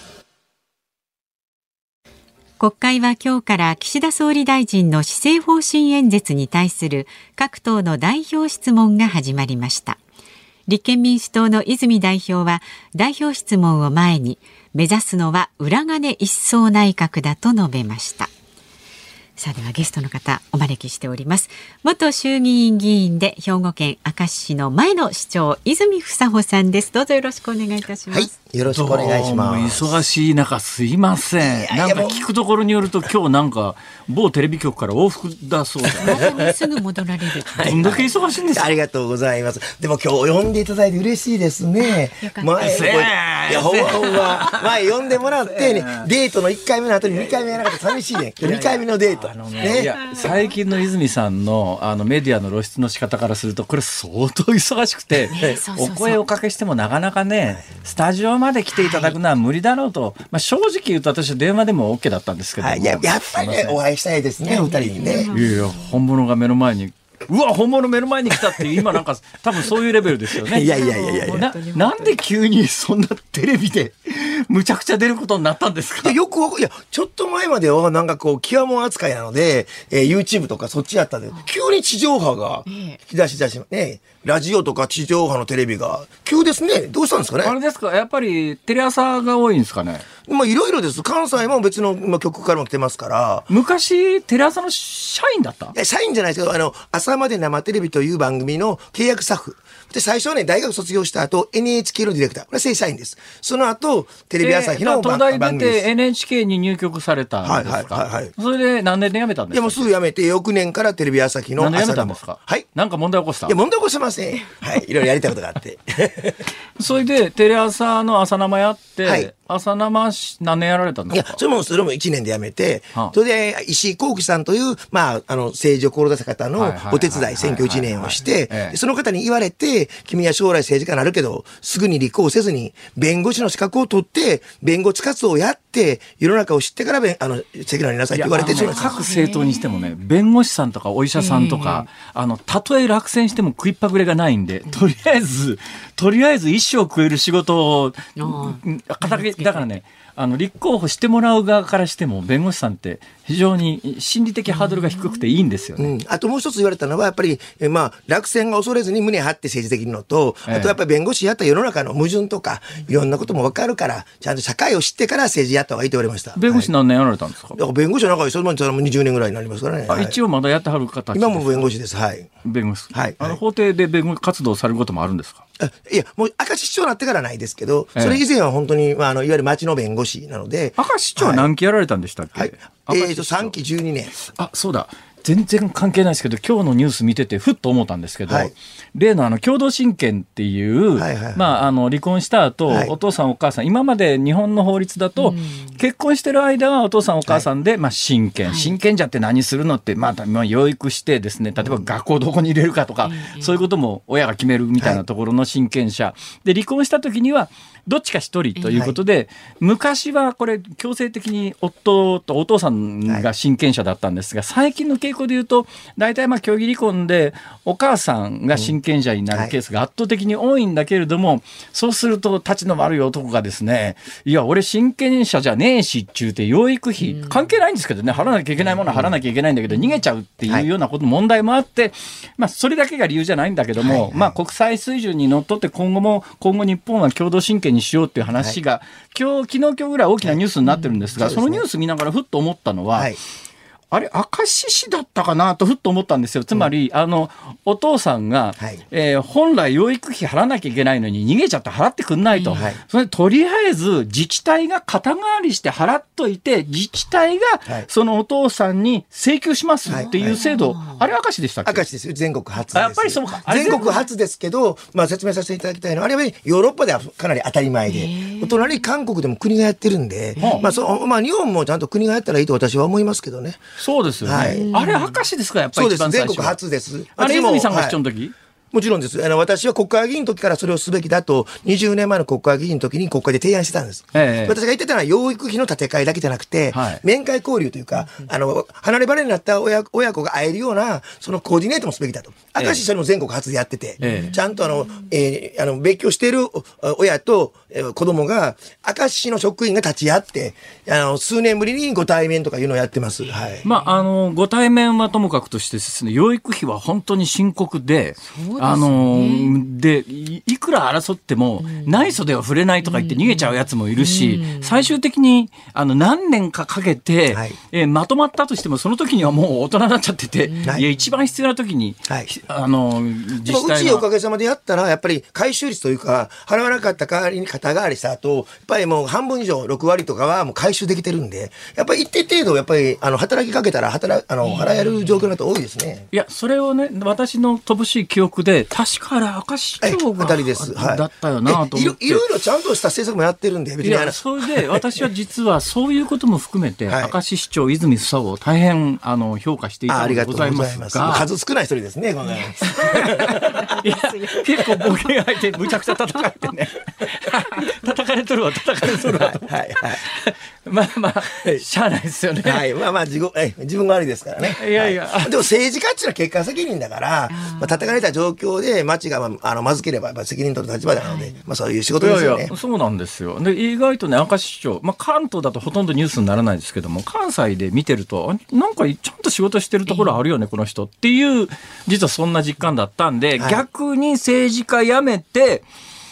国会は今日から岸田総理大臣の施政方針演説に対する各党の代表質問が始まりました。立憲民主党の泉代表は代表質問を前に、目指すのは裏金一掃内閣だと述べました。さあではゲストの方お招きしております。元衆議院議員で兵庫県明石市の前の市長泉房穂さんです。どうぞよろしくお願いいたします。 はい、よろしくお願いします。 忙しい中すいません。なんか聞くところによると今日なんか某テレビ局から往復だそうです。すぐ戻られる。 どんだけ忙しいんですか。 ありがとうございます。でも今日呼んでいただいて嬉しいですね。前いやほんまほんま前呼んでもらって、ね、デートのいっかいめの後ににかいめやらなかったら寂しいね。にかいめのデート。 あのね、いや最近の泉さんのあのメディアの露出の仕方からするとこれ相当忙しくて、ね、そうそうそう、お声をかけしてもなかなかねスタジオまで来ていただくのは無理だろうと、まあ、正直言うと私は電話でも OK だったんですけど、はい、 や, やっぱりねお会いしたいですね、お二人にね。 いやいや本物が目の前に、うわ本物目の前に来たって今なんか多分そういうレベルですよね。 いやいやいやいやいやな, なんで急にそんなテレビでむちゃくちゃ出ることになったんですか。 いやよくいやちょっと前まではなんかこう極も扱いなので、えー、YouTube とかそっちやったんで急に地上波が引き出し出しね、ラジオとか地上波のテレビが急ですね。どうしたんですかね。 あれですか、やっぱりテレ朝が多いんですかね。 まあいろいろです。関西も別の局からも来てますから。 昔テレ朝の社員だった？いや社員じゃないですけど、あの朝まで生テレビという番組の契約スタッフで、最初はね大学卒業した後 エヌエイチケー のディレクター、これ正社員です。その後テレビ朝日の、 えー、東大出て エヌエイチケー に入局されたんですか？はいはいはい、はい。それで何年で辞めたんですか？ いやもうすぐ辞めて、翌年からテレビ朝日の朝なんで辞めたんですか？ はい。 なんか問題起こした？ いや問題起こしてません。はい。いろいろやりたいことがあって。 それでテレ朝の朝生やって、はい、朝生何年やられたんですか？ いやそれもそれもいちねんで辞めて、はあ、それで石井幸喜さんという、まあ、あの政治を志した方のお手伝い選挙いちねんをして、その方に言われて、君は将来政治家になるけどすぐに立候補せずに弁護士の資格を取って弁護士活動をやって世の中を知ってからあの責任になりなさいって言われて、 ね、各政党にしてもね、弁護士さんとかお医者さんとか、あのたとえ落選しても食いっぱぐれがないんで、とりあえずとりあえず一生食える仕事をだからね、あの立候補してもらう側からしても弁護士さんって非常に心理的ハードルが低くていいんですよね。 うん、あともう一つ言われたのはやっぱり、えまあ、落選が恐れずに胸張って政治的にのと、あとやっぱり弁護士やったら世の中の矛盾とかいろんなことも分かるからちゃんと社会を知ってから政治やった方がいいと言われました。 弁護士何年やられたんですか？ はい、だから弁護士は長い、その前ににじゅうねんぐらいになりますからね。 あ、一応まだやってはる方、 今も弁護士です。はい。 弁護士。 はい。 あの法廷で弁護活動されることもあるんですか？ いや、もう明石市長になってからないですけど、それ以前は本当に、まあ、あのいわゆる町の弁護士なので。 明石市長は何期やられたんでしたっけ？ はいはい、えーとさんきじゅうにねん。 あ、そうだ。全然関係ないですけど、今日のニュース見ててふっと思ったんですけど、はい、例のあの共同親権っていう、はいはいはい、まあ、あの離婚した後、はい、お父さんお母さん、今まで日本の法律だと、うん、結婚してる間はお父さんお母さんで、はい、まあ、親権、はい、親権者って何するのって、まあ、養育してですね、例えば学校どこに入れるかとか、うん、そういうことも親が決めるみたいなところの親権者、はい、で離婚した時にはどっちか一人ということで、はい、昔はこれ強制的に夫とお父さんが親権者だったんですが、最近の傾向でいうと大体まあ協議離婚でお母さんが親権者になるケースが圧倒的に多いんだけれども、そうすると立ちの悪い男がですね、いや俺親権者じゃねえしっちゅうて養育費関係ないんですけどね、払わなきゃいけないものは払わなきゃいけないんだけど逃げちゃうっていうようなこと問題もあって、まあそれだけが理由じゃないんだけども、まあ国際水準にのっとって今後も今後日本は共同親権にしようっていう話が、今日昨日今日ぐらい大きなニュースになってるんですが、そのニュース見ながらふっと思ったのは、あれ明石市だったかなとふっと思ったんですよ。つまり、うん、あのお父さんが、はい、えー、本来養育費払わなきゃいけないのに逃げちゃって払ってくんないと、はい、それでとりあえず自治体が肩代わりして払っといて自治体がそのお父さんに請求しますっていう制度、はいはい、あれ明石でしたっけ？ 明石ですよ、全国初です。 やっぱりそうか、 全国初ですけど、まあ、説明させていただきたいのはあれはヨーロッパではかなり当たり前で、お隣韓国でも国がやってるんで、まあそうまあ、日本もちゃんと国がやったらいいと私は思いますけどね。 そうですよね、はい、あれ明石ですか？やっぱり一番最初。 そうです、全国初です。 あれ泉さんが市長の時、はい、 もちろんです。あの私は国会議員の時からそれをすべきだとにじゅうねんまえの国会議員の時に国会で提案してたんです、ええ、私が言ってたのは養育費の立て替えだけじゃなくて、はい、面会交流というか、うん、あの離れ離れになった親、親子が会えるようなそのコーディネートもすべきだと。明石それも全国初でやってて、ええ、ちゃんとあの、えー、あの別居している親と、えー、子供が明石市の職員が立ち会ってあの数年ぶりにご対面とかいうのをやってます、はい、 まあ、あのご対面はともかくとしてですね、養育費は本当に深刻で、あので い, いくら争っても内緒では触れないとか言って逃げちゃうやつもいるし、最終的にあの何年かかけて、はい、えー、まとまったとしてもその時にはもう大人になっちゃってて、はい、いや一番必要な時に、はい、あの自治体がうちおかげさまでやったらやっぱり回収率というか払わなかった代わりに肩代わりした後やっぱりもう半分以上ろくわりとかはもう回収できてるんで、やっぱり一定程度やっぱりあの働きかけたら働あの払える状況の人多いですね。 いやそれをね、私の乏しい記憶で確かあれ明石市長がだったよなと思って、いろいろいろちゃんとした政策もやってるんで、別にいやそれで私は実はそういうことも含めて、はい、明石市長泉房を大変あの評価していたのでございますが、 ありがとうございます。数少ない一人ですね、このいや結構ボケがいてむちゃくちゃ叩かれてね叩かれとるわ叩かれとるわと、はいはいはい、まあまあ、はい、しゃあないですよね、 はい、まあまあ 自, え自分が悪いですからね。 いやいや、 はい、でも政治家っていうのは結果責任だから、まあ、叩かれた状況で町が、まあ、あのまずければやっぱ責任取る立場なので、はい、まあ、そういう仕事ですよね。 いやいやそうなんですよ。で意外とね明石市長、まあ、関東だとほとんどニュースにならないですけども、関西で見てるとなんかちゃんと仕事してるところあるよね、この人っていう実はそんな実感だったんで、はい、逆に政治家辞めて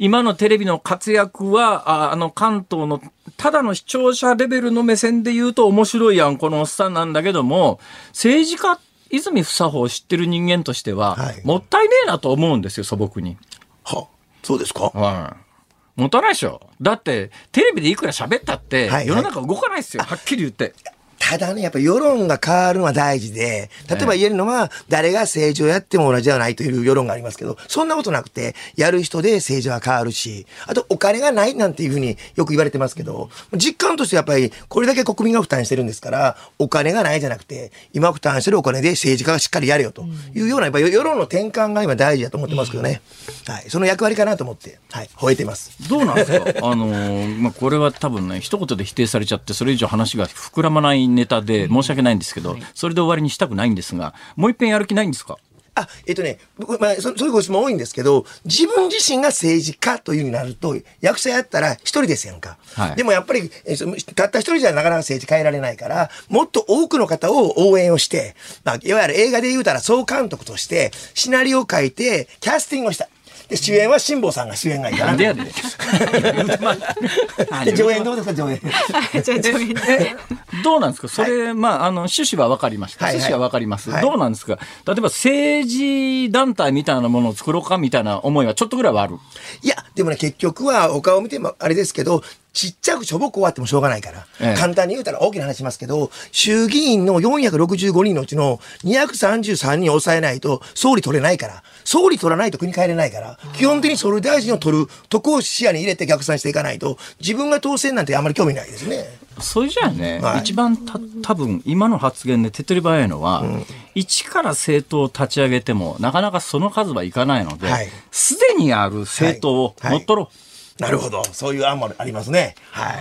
今のテレビの活躍は、あ、あの関東のただの視聴者レベルの目線で言うと面白いやん、このおっさんなんだけども、政治家、泉房穂を知ってる人間としては、はい、もったいねえなと思うんですよ、素朴に。 は、そうですか。 はい、もったいないでしょ。だって、テレビでいくら喋ったって、はいはい、世の中動かないですよ、はっきり言って。 ただね、やっぱり世論が変わるのは大事で、例えば言えるのは、誰が政治をやっても同じではないという世論がありますけど、そんなことなくて、やる人で政治は変わるし、あとお金がないなんていうふうによく言われてますけど、実感としてやっぱりこれだけ国民が負担してるんですから、お金がないじゃなくて、今負担してるお金で政治家がしっかりやれよというような、やっぱり世論の転換が今大事だと思ってますけどね。はい。その役割かなと思って、はい、吠えてます。 どうなんですかあのー、まあ、これは多分ね、一言で否定されちゃって、それ以上話が膨らまないネタで申し訳ないんですけど、はい、それで終わりにしたくないんですが、もう一遍やる気ないんですか？ あ、えっとね、まあ、そそういうご質問多いんですけど、自分自身が政治家というになると、役者やったら一人ですやんか。はい、でもやっぱり、えたった一人じゃなかなか政治変えられないから、もっと多くの方を応援をして、まあ、いわゆる映画で言うたら総監督として、シナリオを書いて、キャスティングをした。で主演は辛坊さんが主演がいいかな。 なんでやで。 で上演どうですか上演。 どうなんですかそれ、はい、まああの趣旨は分かりました。趣旨は分かります、はい。どうなんですか。例えば政治団体みたいなものを作ろうかみたいな思いはちょっとぐらいはある。 いやでもね結局はお顔を見てもあれですけど。ちっちゃくしょぼく終わってもしょうがないから、ええ、簡単に言うたら大きな話しますけど、衆議院のよんひゃくろくじゅうごにんのうちのにひゃくさんじゅうさんにんを抑えないと総理取れないから、総理取らないと国変えれないから、基本的に総理大臣を取るとこを視野に入れて逆算していかないと、自分が当選なんてあんまり興味ないですね。 それじゃあね、はい、一番た多分今の発言で手っ取り早いのは、うん、一から政党を立ち上げてもなかなかその数はいかないので、すで、はい、にある政党を持っとろう。はいはい、 なるほど。そういう案もありますね。はい。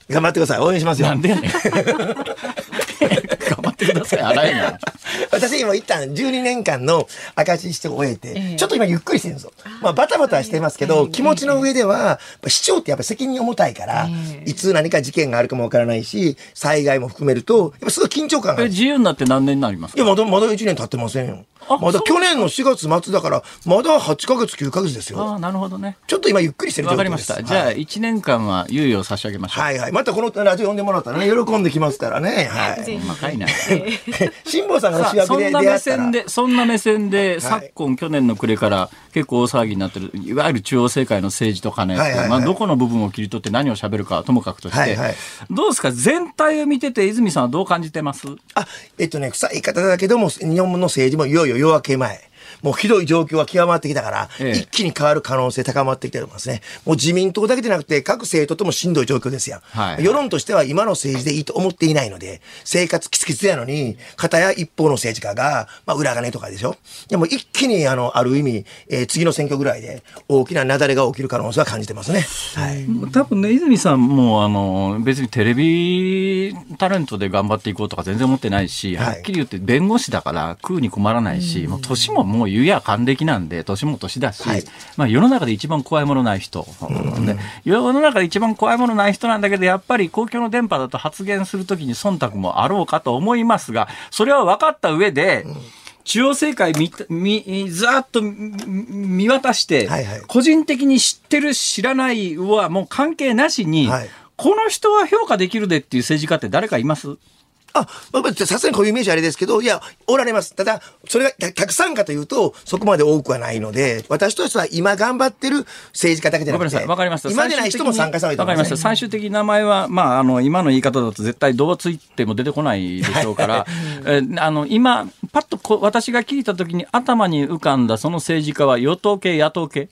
頑張ってください。応援しますよ。 なんでやねん。頑張ってください。洗えな。 私今一旦じゅうにねんかんの赤字市長を終えて、えー、ちょっと今ゆっくりしてるんですよ。まあバタバタしてますけど、気持ちの上では、市長ってやっぱ責任重たいから、えー、いつ何か事件があるかもわからないし、災害も含めると、やっぱすごい緊張感がある。 え、自由になって何年になりますか？ いや、まだ、まだいちねん経ってませんよ。まだ去年のしがつまつだから、まだはちかげつきゅうかげつですよ。 ああ、なるほどね。 ちょっと今ゆっくりしてる状況です。 わかりました。じゃあ、いちねんかんは猶予を差し上げましょう。 はいはい。またこのラジオ呼んでもらったらね、喜んできますからね。はい。 細かいな。 辛坊さんが主役で出会ったら。 そんな目線で、昨今、去年の暮れから結構大騒ぎになってる、いわゆる中央政界の政治と金、はいはいはい、まあ、どこの部分を切り取って何を喋るかはともかくとして、はいはい、どうですか、全体を見てて、泉さんはどう感じてます？ あ、えっとね、臭い言い方だけども、日本の政治もいよいよ夜明け前。もうひどい状況が極まってきたから、ええ、一気に変わる可能性高まってきてるんですね。もう自民党だけでなくて各政党ともしんどい状況ですやん、はいはい、世論としては今の政治でいいと思っていないので、生活キツキツやのに片や一方の政治家が、まあ、裏金とかでしょ。でも一気にあのある意味、えー、次の選挙ぐらいで大きな雪崩が起きる可能性は感じてますね、はい、 多分ね、泉さんもあの別にテレビタレントで頑張っていこうとか全然思ってないし、はい、はっきり言って弁護士だから食うに困らないし、もう年ももう言うや還暦なんで年も年だし、はい、まあ、世の中で一番怖いものない人、うん、で世の中で一番怖いものない人なんだけど、やっぱり公共の電波だと発言するときに忖度もあろうかと思いますが、それは分かった上で、うん、中央政界みみずーっと見渡して、はいはい、個人的に知ってる知らないはもう関係なしに、はい、この人は評価できるでっていう政治家って誰かいます？ あ、さすがにこういうイメージあれですけど、いや、おられます。ただ、それがたくさんかというと、そこまで多くはないので、私としては今頑張ってる政治家だけじゃなくて、 わかりました。 今でない人も参加されてますね。 わかりました。最終的に名前は、まあ、あの、今の言い方だと絶対どうついても出てこないでしょうから、えあの、今、パッとこ私が聞いたときに頭に浮かんだその政治家は与党系、野党系？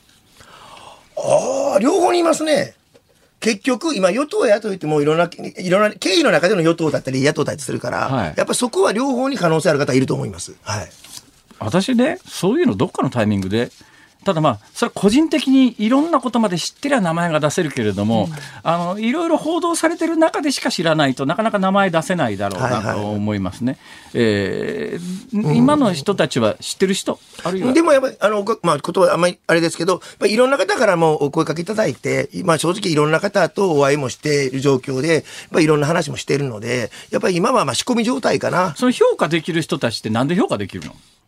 ああ、両方にいますね。結局、今、与党や野党言ってもいろんな、いろんな、経緯の中での与党だったり野党だったりするから、はい、やっぱそこは両方に可能性ある方いると思います。はい。 私ね、そういうのどっかのタイミングで、ただまあ、それは個人的にいろんなことまで知ってりゃ名前が出せるけれども、うん、あの、いろいろ報道されてる中でしか知らないとなかなか名前出せないだろうなと思いますね。はいはい、えー、今の人たちは知ってる人、あるいは。 でもやっぱり、あの、まあ、ことはあんまりあれですけど、いろんな方からもお声かけいただいて、まあ正直いろんな方とお会いもしている状況で、まあ、いろんな話もしているので、やっぱり今はまあ仕込み状態かな。 その評価できる人たちってなんで評価できるの？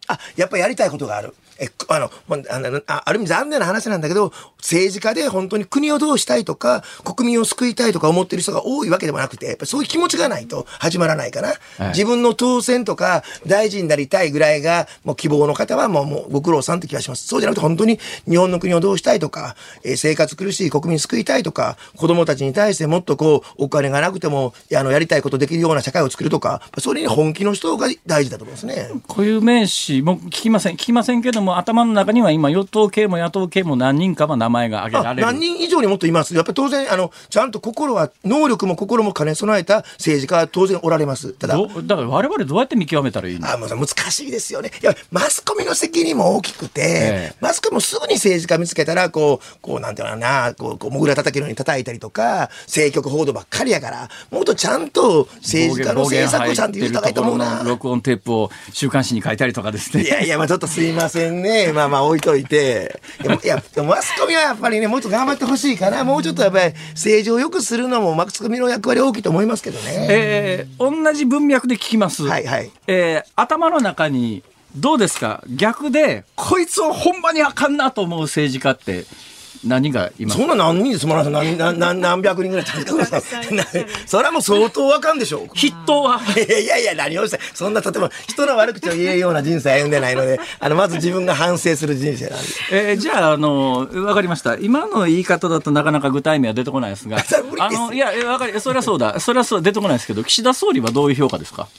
あ、やっぱりやりたいことがある。え、あの、あの、ある意味残念な話なんだけど、政治家で本当に国をどうしたいとか、国民を救いたいとか思ってる人が多いわけでもなくて、やっぱそういう気持ちがないと始まらないかな。はい、自分の当選とか、大臣になりたいぐらいが、もう希望の方はもう、もうご苦労さんって気がします。そうじゃなくて本当に日本の国をどうしたいとか、えー、生活苦しい国民救いたいとか、子供たちに対してもっとこう、お金がなくても、あの、やりたいことできるような社会を作るとか、それに本気の人が大事だと思いますね。 こういう名詞も聞きません。聞きませんけども、頭の中には今与党系も野党系も何人かは名前が挙げられる。 何人以上にもっといます。やっぱり当然あのちゃんと心は能力も心も兼ね備えた政治家は当然おられます。ただだから我々どうやって見極めたらいいの？ あ、もう難しいですよね。いやマスコミの責任も大きくて、ええ、マスコミもすぐに政治家見つけたらこうこうなんていうのかな、こうこうもぐら叩けるように叩いたりとか、政局報道ばっかりやから、もっとちゃんと政治家の政策をちゃんと言う人がいいと思うな。 録音テープを週刊誌に書いたりとかですね。 いやいや、まあちょっとすいませんね。まあまあ置いといて。いや、マスコミはやっぱりね、もっと頑張ってほしいかな。もうちょっとやっぱり政治を良くするのもマスコミの役割大きいと思いますけどね。 えー、同じ文脈で聞きます。 はいはい。 えー、頭の中にどうですか？逆でこいつをほんまにあかんなと思う政治家って何がいますか？ そんな何人ですもん。何, 何, 何, 何百人ぐらいそれはもう相当あかんでしょう。 筆頭は。 いやいやいや、何をしてそんな、例えば人の悪口を言えるような人生歩んでないので、あのまず自分が反省する人生なんで、 えー、じゃあ、あの分かりました。今の言い方だとなかなか具体名は出てこないですがあのいや分かりそれはそうだそれはそう出てこないですけど、岸田総理はどういう評価ですか？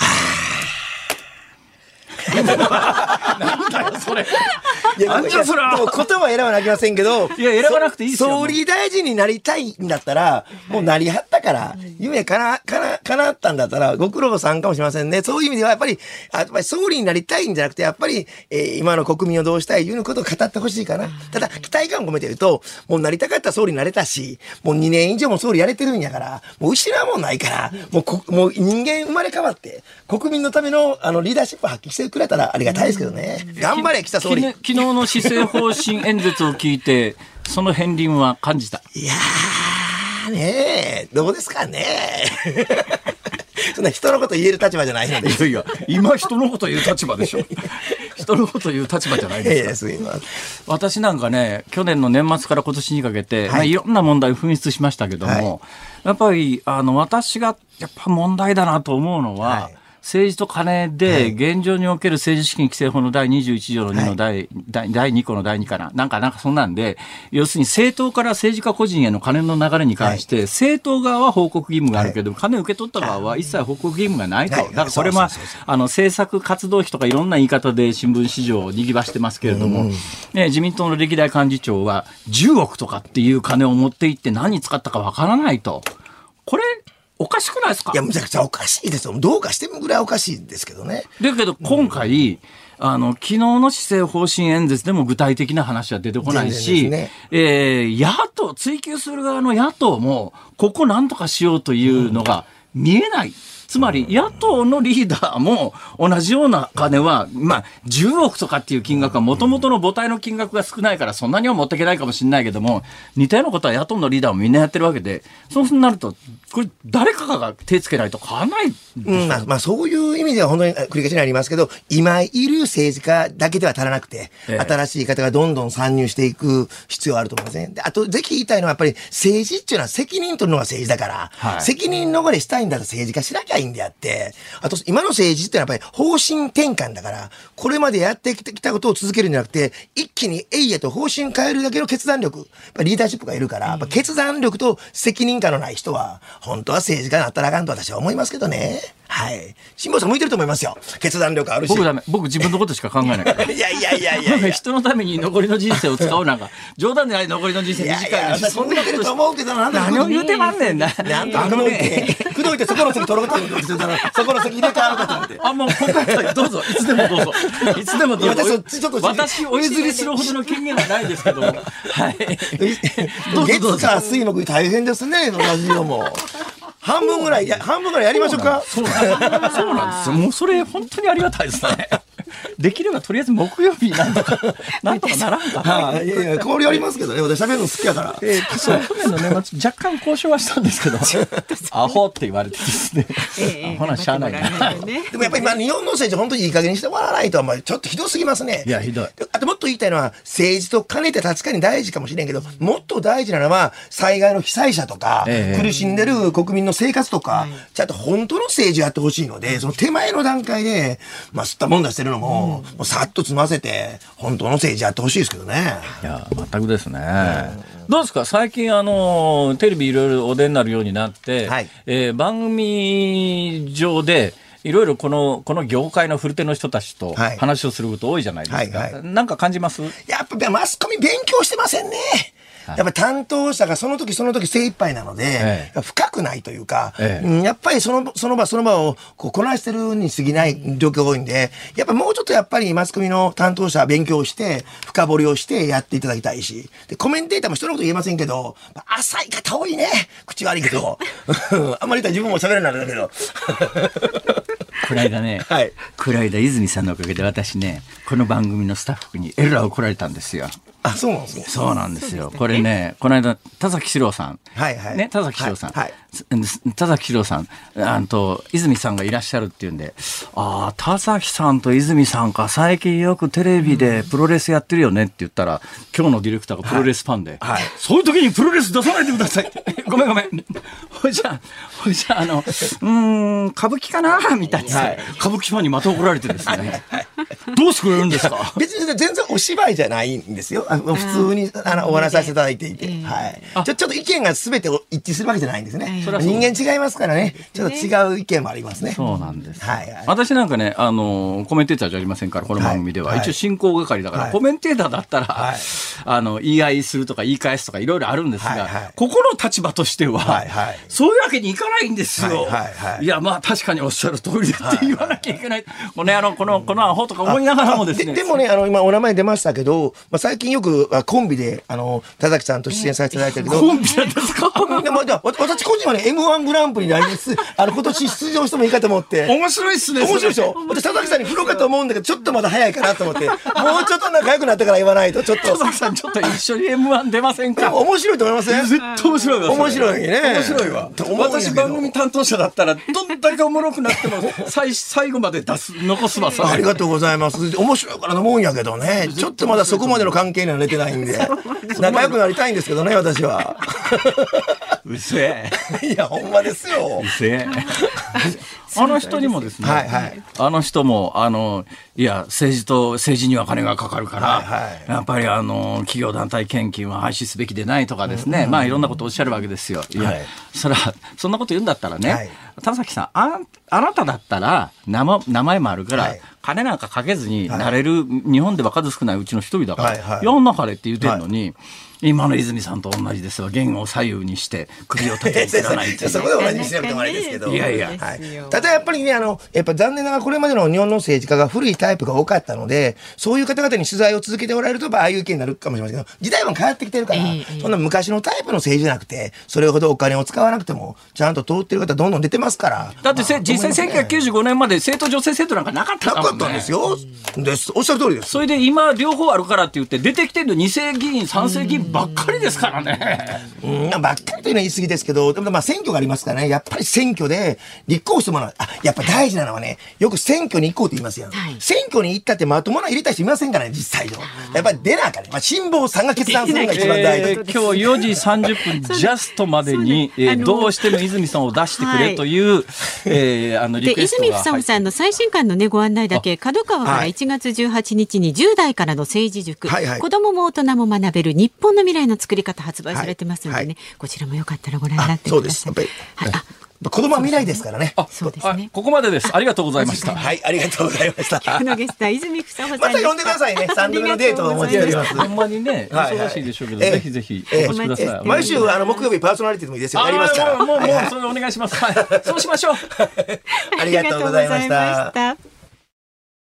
なんだよそれ。 いや、いやそれは言葉選ばなきゃいけませんけど、 いや選ばなくていいですよ。 総理大臣になりたいんだったら、もうなりはったから、夢かな、かな、かなったんだったら、ご苦労さんかもしれませんね。そういう意味ではやっぱり、やっぱり総理になりたいんじゃなくて、やっぱり、えー、今の国民をどうしたいいうことを語ってほしいかな。ただ、期待感を込めて言うと、もうなりたかったら総理になれたし、もうにねん以上も総理やれてるんやから、もう失うもんないから、もうこ、もう人間生まれ変わって、国民のためのあのリーダーシップを発揮してくれたらありがたいですけどね。頑張れ、岸田総理。 昨日の施政方針演説を聞いて、その片鱗は感じた。 いやーねー、どうですかね。そんな人のこと言える立場じゃないので。 いやいや、今人のこと言う立場でしょ。人のこと言う立場じゃないですか。 いやいや、 私なんかね、去年の年末から今年にかけて、はいまあ、いろんな問題を紛失しましたけども、はい、やっぱりあの私がやっぱ問題だなと思うのは、はい、政治と金で現状における政治資金規正法のだいにじゅういち条のにの第、はい、だいに項のだいにかななんかなんかそんなんで、要するに政党から政治家個人への金の流れに関して、はい、政党側は報告義務があるけど、はい、金を受け取った側は一切報告義務がないと、はい、だからこれはあの政策活動費とかいろんな言い方で新聞市場を賑わしてますけれども、うんね、自民党の歴代幹事長はじゅうおくとかっていう金を持っていって何に使ったかわからないと、これおかしくないですか？ いや、むちゃくちゃおかしいですよ。どうかしてもぐらいおかしいですけどね。 だけど今回、うん、あの昨日の施政方針演説でも具体的な話は出てこないし、ねえー、野党追及する側の野党もここなんとかしようというのが見えない。うん、つまり野党のリーダーも同じような金は、まあ、じゅうおくとかっていう金額はもともとの母体の金額が少ないからそんなには持っていけないかもしれないけども、似たようなことは野党のリーダーもみんなやってるわけで、そうなるとこれ誰かが手つけないと変わらない。 うんまあまあ、そういう意味では本当に繰り返しになりますけど、今いる政治家だけでは足らなくて、ええ、新しい方がどんどん参入していく必要があると思いますね。であとぜひ言いたいのはやっぱり政治っていうのは責任取るのが政治だから、はい、責任逃れしたいんだったら政治家しなきゃいいんであって、あと今の政治ってのはやっぱり方針転換だから、これまでやってきたことを続けるんじゃなくて、一気にえいやと方針変えるだけの決断力、リーダーシップがいるから、やっぱ決断力と責任感のない人は本当は政治家になったらあかんと私は思いますけどね。はい。辛坊さん向いてると思いますよ。決断力あるし。 僕ダメ。僕自分のことしか考えないから。 いやいやいやいやいや。 人のために残りの人生を使うなんか冗談でない。残りの人生短い。いやいや私そんなことと思うけど、なんだ何を言うてまんねんな。 なんとあのね、くどいてそこの席取ろうと思ってそこの席入れ替わるかと思って。 あもう今回どうぞいつでもどうぞいつでもどうぞ。私ちょっと私お譲りするほどの権限はないですけども。はい。 どうぞどうぞ。月火水木大変ですねラジオも。半分ぐらいや半分ぐらいやりましょうか。 そうなんですよ。もうそれ本当にありがたいですね。 できればとりあえず木曜日なんとかなんとかならんかな。 はあ、いやいや香りありますけどね、私喋るの好きやから。 えー、そう去年の年末若干交渉はしたんですけどアホって言われてですね、えー、アホなしゃあないな、 ね、でもやっぱり今日本の政治本当にいい加減にしてもらわないと、まあ、ちょっとひどすぎますね。 いやひどい。 あともっと言いたいのは、政治と兼ねて確かに大事かもしれんけど、もっと大事なのは災害の被災者とか、えー、苦しんでる国民の生活とか、はい、ちゃんと本当の政治やってほしいので、その手前の段階で、まあ、吸ったもん出してるのも、うん、もうさっと済ませて本当の政治やってほしいですけどね。 いや全くですね、うん、どうですか最近あのテレビいろいろお出になるようになって、はい、えー、番組上でいろいろこのこの業界の古手の人たちと話をすること多いじゃないですか、はいはいはい、なんか感じます？ やっぱマスコミ勉強してませんね。やっぱり担当者がその時その時精一杯なので、ええ、深くないというか、ええ、やっぱりその、その場その場をこうこなしてるに過ぎない状況が多いんで、やっぱもうちょっとやっぱりマスコミの担当者は勉強して深掘りをしてやっていただきたいし、でコメンテーターも人のこと言えませんけど、浅い方多いね。口悪いけどあんまり言ったら自分も喋れないんだけどこの間ね、はい、この間泉さんのおかげで私ね、この番組のスタッフにエラーを怒られたんですよ。 あ、そうなんですね。 そうなんですよ。これね、この間田崎史郎さん、 はいはい、 ね、田崎史郎さん、 はいはい、田崎史郎さん、あと泉さんがいらっしゃるっていうんで、ああ田崎さんと泉さんか、最近よくテレビでプロレスやってるよねって言ったら、今日のディレクターがプロレスファンで、はいはい、そういう時にプロレス出さないでください。ごめんごめん。ほいじゃほいじゃあのうーん歌舞伎かなみたいな、はい、歌舞伎ファンにまた怒られてですね。どうしてくれるんですか？ 別に全然お芝居じゃないんですよ。普通にあのお話しさせていただいていて、はい、ちょちょっと意見が全て一致するわけじゃないんですね。人間違いますからね。ちょっと違う意見もありますね。 そうなんです。 はいはい、 私なんかね、あのコメンテーターじゃありませんから、この番組では、はい、一応進行係だから、はい、コメンテーターだったら、はい、あの言い合いするとか言い返すとかいろいろあるんですが、はいはい、ここの立場としては、はいはい、そういうわけにいかないんですよ。はいはいはい、いやまあ確かにおっしゃる通りだって言わなきゃいけない。はいはい、この野郎このこのアホとか思いながらもですね。 で, でもね、あの今お名前出ましたけど、まあ、最近よくコンビであの田崎さんと出演させていただいたけど、 コンビなんですか？ でも私個人はね エムワン グランプリにありますあの今年出場してもいいかと思って。 面白いっすね。 面白いでしょ。私田崎さんに振ろうかと思うんだけど、ちょっとまだ早いかなと思って、もうちょっと仲良くなってから言わないと。ちょっと田崎さんちょっと一緒に エムワン 出ませんか？ 面白いと思いません？ 絶対面白いわ。 面白いね。 面白いわ。私番組担当者だったらどんだけおもろくなっても最最後まで出す残すわ。 ありがとうございます。面白いからと思うんやけどね、ちょっとまだそこまでの関係には出てないんで仲良くなりたいんですけどね、私は。 うせえ。 いやほんまですよ。 うせえ。あの人にもですね、はいはい、あの人もあのいや政治と政治には金がかかるから、はいはい、やっぱりあの企業団体献金は廃止すべきでないとかですね、うんうん、まあいろんなことをおっしゃるわけですよ。いや、はい、それはそんなこと言うんだったらね、はい、田崎さん あ, あなただったら 名, 名前もあるから、はい、金なんかかけずになれる、はい、日本では数少ないうちの一人だから、はいはい、やんなはれって言ってるのに、はい、今の泉さんと同じですわ。言を左右にして首を立ててらないっていう。 そこで同じにしなくてもあれですけど。 いやいや、 はい、ただやっぱりね、あのやっぱ残念ながらこれまでの日本の政治家が古いタイプが多かったので、そういう方々に取材を続けておられるとああいう意見になるかもしれませんけど、時代も変わってきてるから、えー、そんな昔のタイプの政治じゃなくて、それほどお金を使わなくてもちゃんと通ってる方どんどん出てますから。 だって、まあ、実際せんきゅうひゃくきゅうじゅうごねんまで政党女性制度なんかなかったからね。 なかったんですよ。です。おっしゃる通りです。 それで今両方あるからって言って出てきてるのに世議員さん世議員ばっかりですから。 うんばっかりというのは言い過ぎですけど、でもまあ選挙がありますからね、やっぱり選挙で立候補してもらう。あ、やっぱ大事なのはね、よく選挙に行こうって言いますよ、はい、選挙に行ったってまともな入れた人いませんからね、実際上やっぱり出なあかんね、まあ、辛坊さんが決断するのが一番大事、えー、 今日よじさんじゅっぷんジャストまでに、えー、どうしても泉さんを出してくれという、はい、えー、あのリクエストが。 で泉房さんの最新刊の、ね、ご案内だけ、角川からいちがつじゅうはちにちにじゅう代からの政治塾、はいはい、子どもも大人も学べる日本の未来の作り方発売されてますのでね、はいはい、こちらもよかったらご覧になってください。そうです。やっぱり、 はい、あ子供は未来ですからね。 あ、そうですね。ここまでです。ありがとうございました。 はい、ありがとうございました。 今日のゲストは泉房穂さん。 また呼んでくださいね。三度目のデートをお待ちしております。 ほんまにね、忙しいでしょうけど、ぜひぜひお越しください。 毎週あの木曜日パーソナリティでもいいですよ。やりますから。 もうもうそれお願いします。はい。そうしましょう。 ありがとうございました。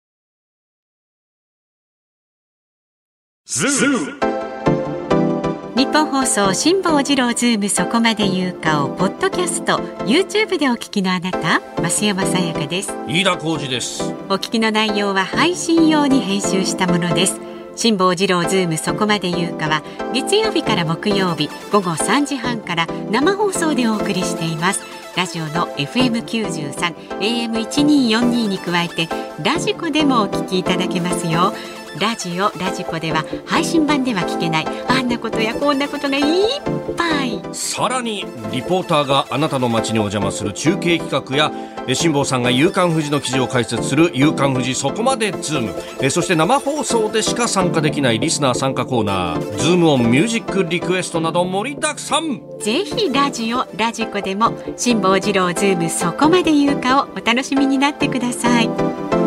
ズーム日本放送辛坊治郎ズームそこまで言うかをポッドキャスト YouTube でお聞きのあなた、増山さやかです。 飯田浩司です。 お聞きの内容は配信用に編集したものです。辛坊治郎ズームそこまで言うかは月曜日から木曜日午後さんじはんから生放送でお送りしています。ラジオの エフエムきゅうじゅうさん、エーエムせんにひゃくよんじゅうに に加えてラジコでもお聞きいただけますよ。ラジオラジコでは配信版では聞けないあんなことやこんなことがいっぱい。 さらにリポーターがあなたの街にお邪魔する中継企画や辛坊さんが夕刊フジの記事を解説する夕刊フジそこまでズーム、えそして生放送でしか参加できないリスナー参加コーナーズームオンミュージックリクエストなど盛りだくさん。 ぜひラジオラジコでも辛坊治郎ズームそこまで言うかをお楽しみになってください。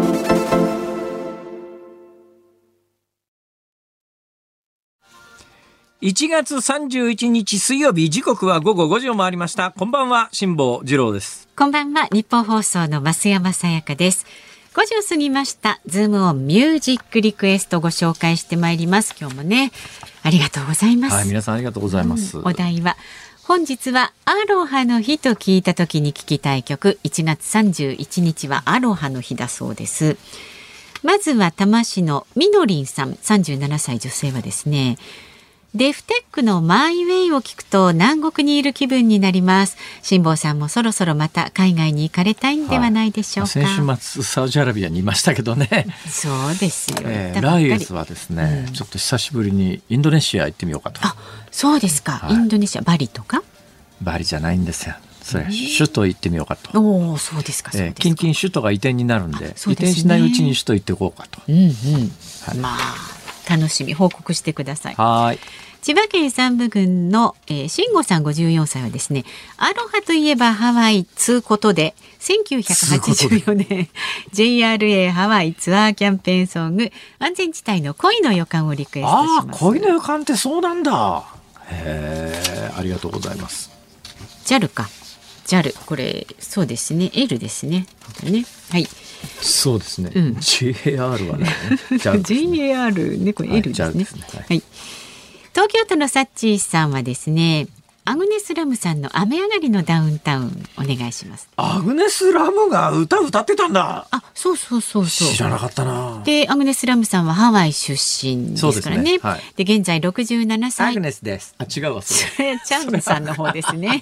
いちがつさんじゅういちにち水曜日、時刻は午後ごじを回りました。こんばんは、辛坊治郎です。 こんばんは、日本放送の増山さやかです。ごじを過ぎました。ズームオンミュージックリクエストご紹介してまいります。今日もね、ありがとうございます。 はい、皆さんありがとうございます。 うん、お題は本日はアロハの日と聞いた時に聞きたい曲。いちがつさんじゅういちにちはアロハの日だそうです。まずは多摩市のみのりんさん、さんじゅうななさい女性はですね、デフテックのマイウェイを聞くと南国にいる気分になります。辛坊さんもそろそろまた海外に行かれたいんではないでしょうか。 はい、先週末サウジアラビアにいましたけどね。 そうですよ、 えー、来月はですね、うん、ちょっと久しぶりにインドネシア行ってみようかと。 あ、そうですか、はい、インドネシアバリとか。 バリじゃないんですよ。それ首都行ってみようかと。 おお、そうですか、そうですか。 近々首都が移転になるん で, で、ね、移転しないうちに首都行っていこうかと。 うんうん、はい、まあ楽しみ、報告してください。 はい。 千葉県山武郡の、えー、慎吾さんごじゅうよんさいはですね、アロハといえばハワイつうことでせんきゅうひゃくはちじゅうよねん ジェイアールエー ハワイツアーキャンペーンソング安全地帯の恋の予感をリクエストします。 ああ、恋の予感ってそうなんだ。へえ、ありがとうございます。 ジャル か ジャル、 これそうですね、 L ですね。ね、はい、そうですね、うん、 ジェイアール はねジャルですね。 ジェイアール ね、これ L ですね。はい、ですね、はいはい。東京都のサッチーさんはですね、アグネス・ラムさんの雨上がりのダウンタウンお願いします。 アグネス・ラムが歌歌ってたんだ。 あ、そうそうそうそう、 知らなかったな。 で、アグネス・ラムさんはハワイ出身ですから ね, で, ね、はい、で現在ろくじゅうななさい。 アグネスです。あ、違うわ、それチャンさんの方ですね。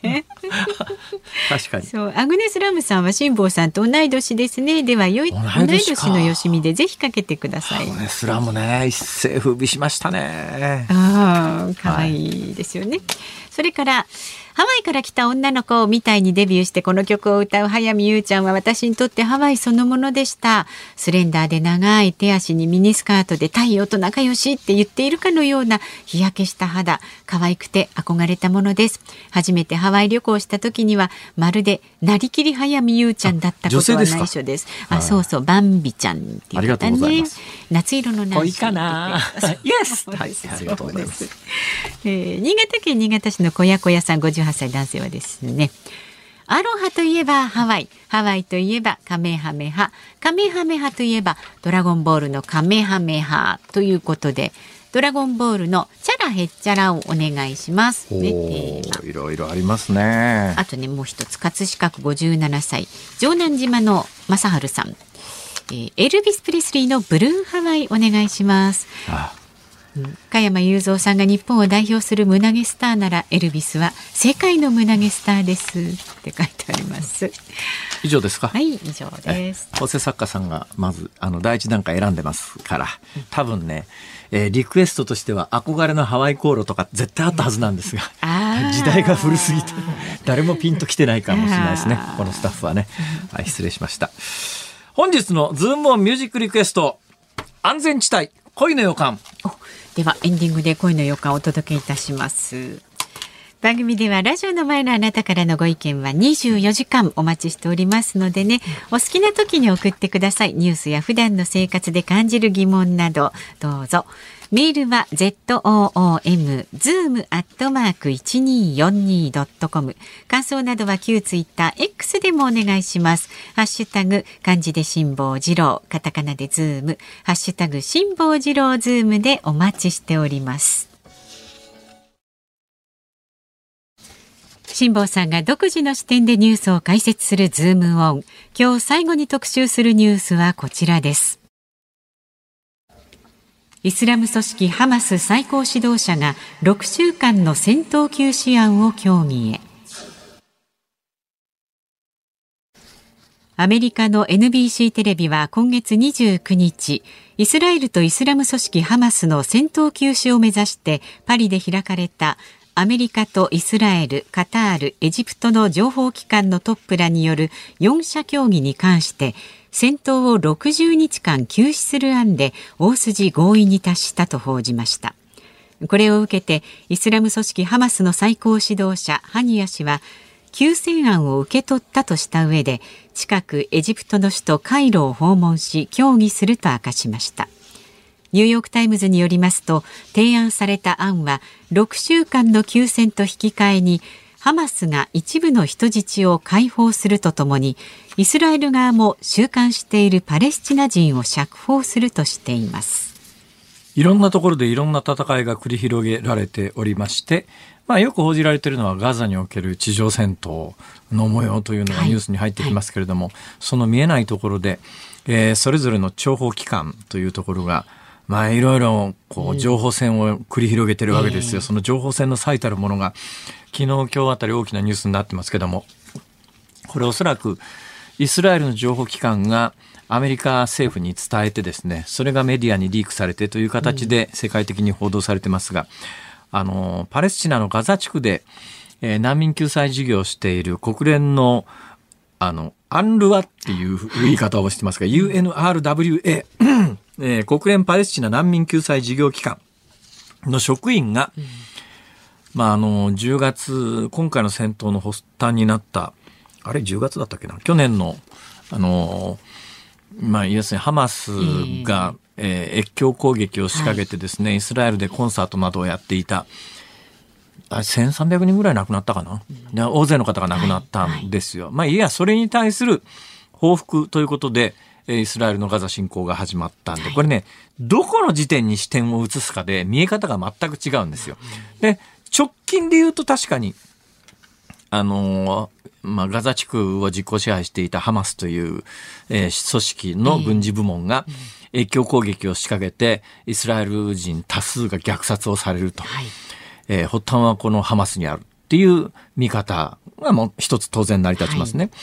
確かに。 そう、アグネス・ラムさんは辛坊さんと同い年ですね。ではよい同い年のよしみでぜひかけてください。 アグネス・ラムね、一世風靡しましたね。 ああ、可愛いですよね。はい、それからハワイから来た女の子みたいにデビューしてこの曲を歌う早見優ちゃんは私にとってハワイそのものでした。スレンダーで長い手足にミニスカートで太陽と仲良しって言っているかのような日焼けした肌、可愛くて憧れたものです。初めてハワイ旅行した時にはまるでなりきり早見優ちゃんだったことは内緒です。あ、はい、そうそう、バンビちゃんっていう方ね。夏色の恋かな。イエス。はい、ありがとうございます。 えー、新潟県新潟市の小屋小屋さんごじゅうはっさい男性はですね、アロハといえばハワイ、ハワイといえばカメハメハ、カメハメハといえばドラゴンボールのカメハメハということで、ドラゴンボールのチャラヘッチャラをお願いします、ね、 えー、いろいろありますね。 あとね、もう一つ、葛飾区ごじゅうななさい城南島の正治さん、えー、エルビス・プレスリーのブルーハワイお願いします。ああ、加山雄三さんが日本を代表する胸毛スターならエルビスは世界の胸毛スターですって書いてあります。 以上ですか。 はい、以上です。 構成作家さんがまずあの第一段階選んでますから、多分ね、えー、リクエストとしては憧れのハワイ航路とか絶対あったはずなんですが、時代が古すぎて誰もピンときてないかもしれないですね、このスタッフはね。はい、失礼しました。本日のズームオンミュージックリクエスト、安全地帯恋の予感。 ではエンディングで恋の予感をお届けいたします。番組ではラジオの前のあなたからのご意見はにじゅうよじかんお待ちしておりますのでね、お好きな時に送ってください。ニュースや普段の生活で感じる疑問などどうぞ。メールは ズーム ズーム アットマーク いちにーよんにー ドットコム。感想などは旧ツイッター X でもお願いします。ハッシュタグ漢字で辛坊治郎、カタカナでズーム、ハッシュタグ辛坊治郎ズームでお待ちしております。 辛坊さんが独自の視点でニュースを解説するズームオン。今日最後に特集するニュースはこちらです。イスラム組織ハマス最高指導者がろくしゅうかんの戦闘休止案を協議へ。アメリカの エヌビーシー テレビは今月にじゅうくにち、イスラエルとイスラム組織ハマスの戦闘休止を目指してパリで開かれたアメリカとイスラエル、カタール、エジプトの情報機関のトップらによるよん者協議に関して戦闘をろくじゅうにちかん休止する案で大筋合意に達したと報じました。これを受けてイスラム組織ハマスの最高指導者ハニヤ氏は休戦案を受け取ったとした上で近くエジプトの首都カイロを訪問し協議すると明かしました。ニューヨークタイムズによりますと提案された案はろくしゅうかんの休戦と引き換えにハマスが一部の人質を解放するとともにイスラエル側も収監しているパレスチナ人を釈放するとしています。 いろんなところでいろんな戦いが繰り広げられておりまして、まあ、よく報じられているのはガザにおける地上戦闘の模様というのがニュースに入ってきますけれども、はいはい、その見えないところで、えー、それぞれの諜報機関というところがまあいろいろこう情報戦を繰り広げているわけですよ、うん、その情報戦の最たるものが昨日今日あたり大きなニュースになってますけども、これおそらくイスラエルの情報機関がアメリカ政府に伝えてですね、それがメディアにリークされてという形で世界的に報道されてますが、うん、あのパレスチナのガザ地区で、えー、難民救済事業をしている国連のあのアンルワっていう言い方をしてますが、ユーエヌアールダブリューエー、えー、国連パレスチナ難民救済事業機関の職員が、うん、まああのじゅうがつ今回の戦闘の発端になったあれじゅうがつだったっけな、去年のあのまあ要するにハマスが、えーえー、越境攻撃を仕掛けてですね、はい、イスラエルでコンサートなどをやっていたせんさんびゃくにんぐらい亡くなったかな、うん、大勢の方が亡くなったんですよ、はいはい、まあいやそれに対する報復ということでイスラエルのガザ侵攻が始まったんで、これねどこの時点に視点を移すかで見え方が全く違うんですよ。で直近で言うと確かにあのまあ、ガザ地区を実効支配していたハマスという、えー、組織の軍事部門が越境攻撃を仕掛けてイスラエル人多数が虐殺をされると、はい、えー、発端はこのハマスにあるっていう見方がもう一つ当然成り立ちますね、はい、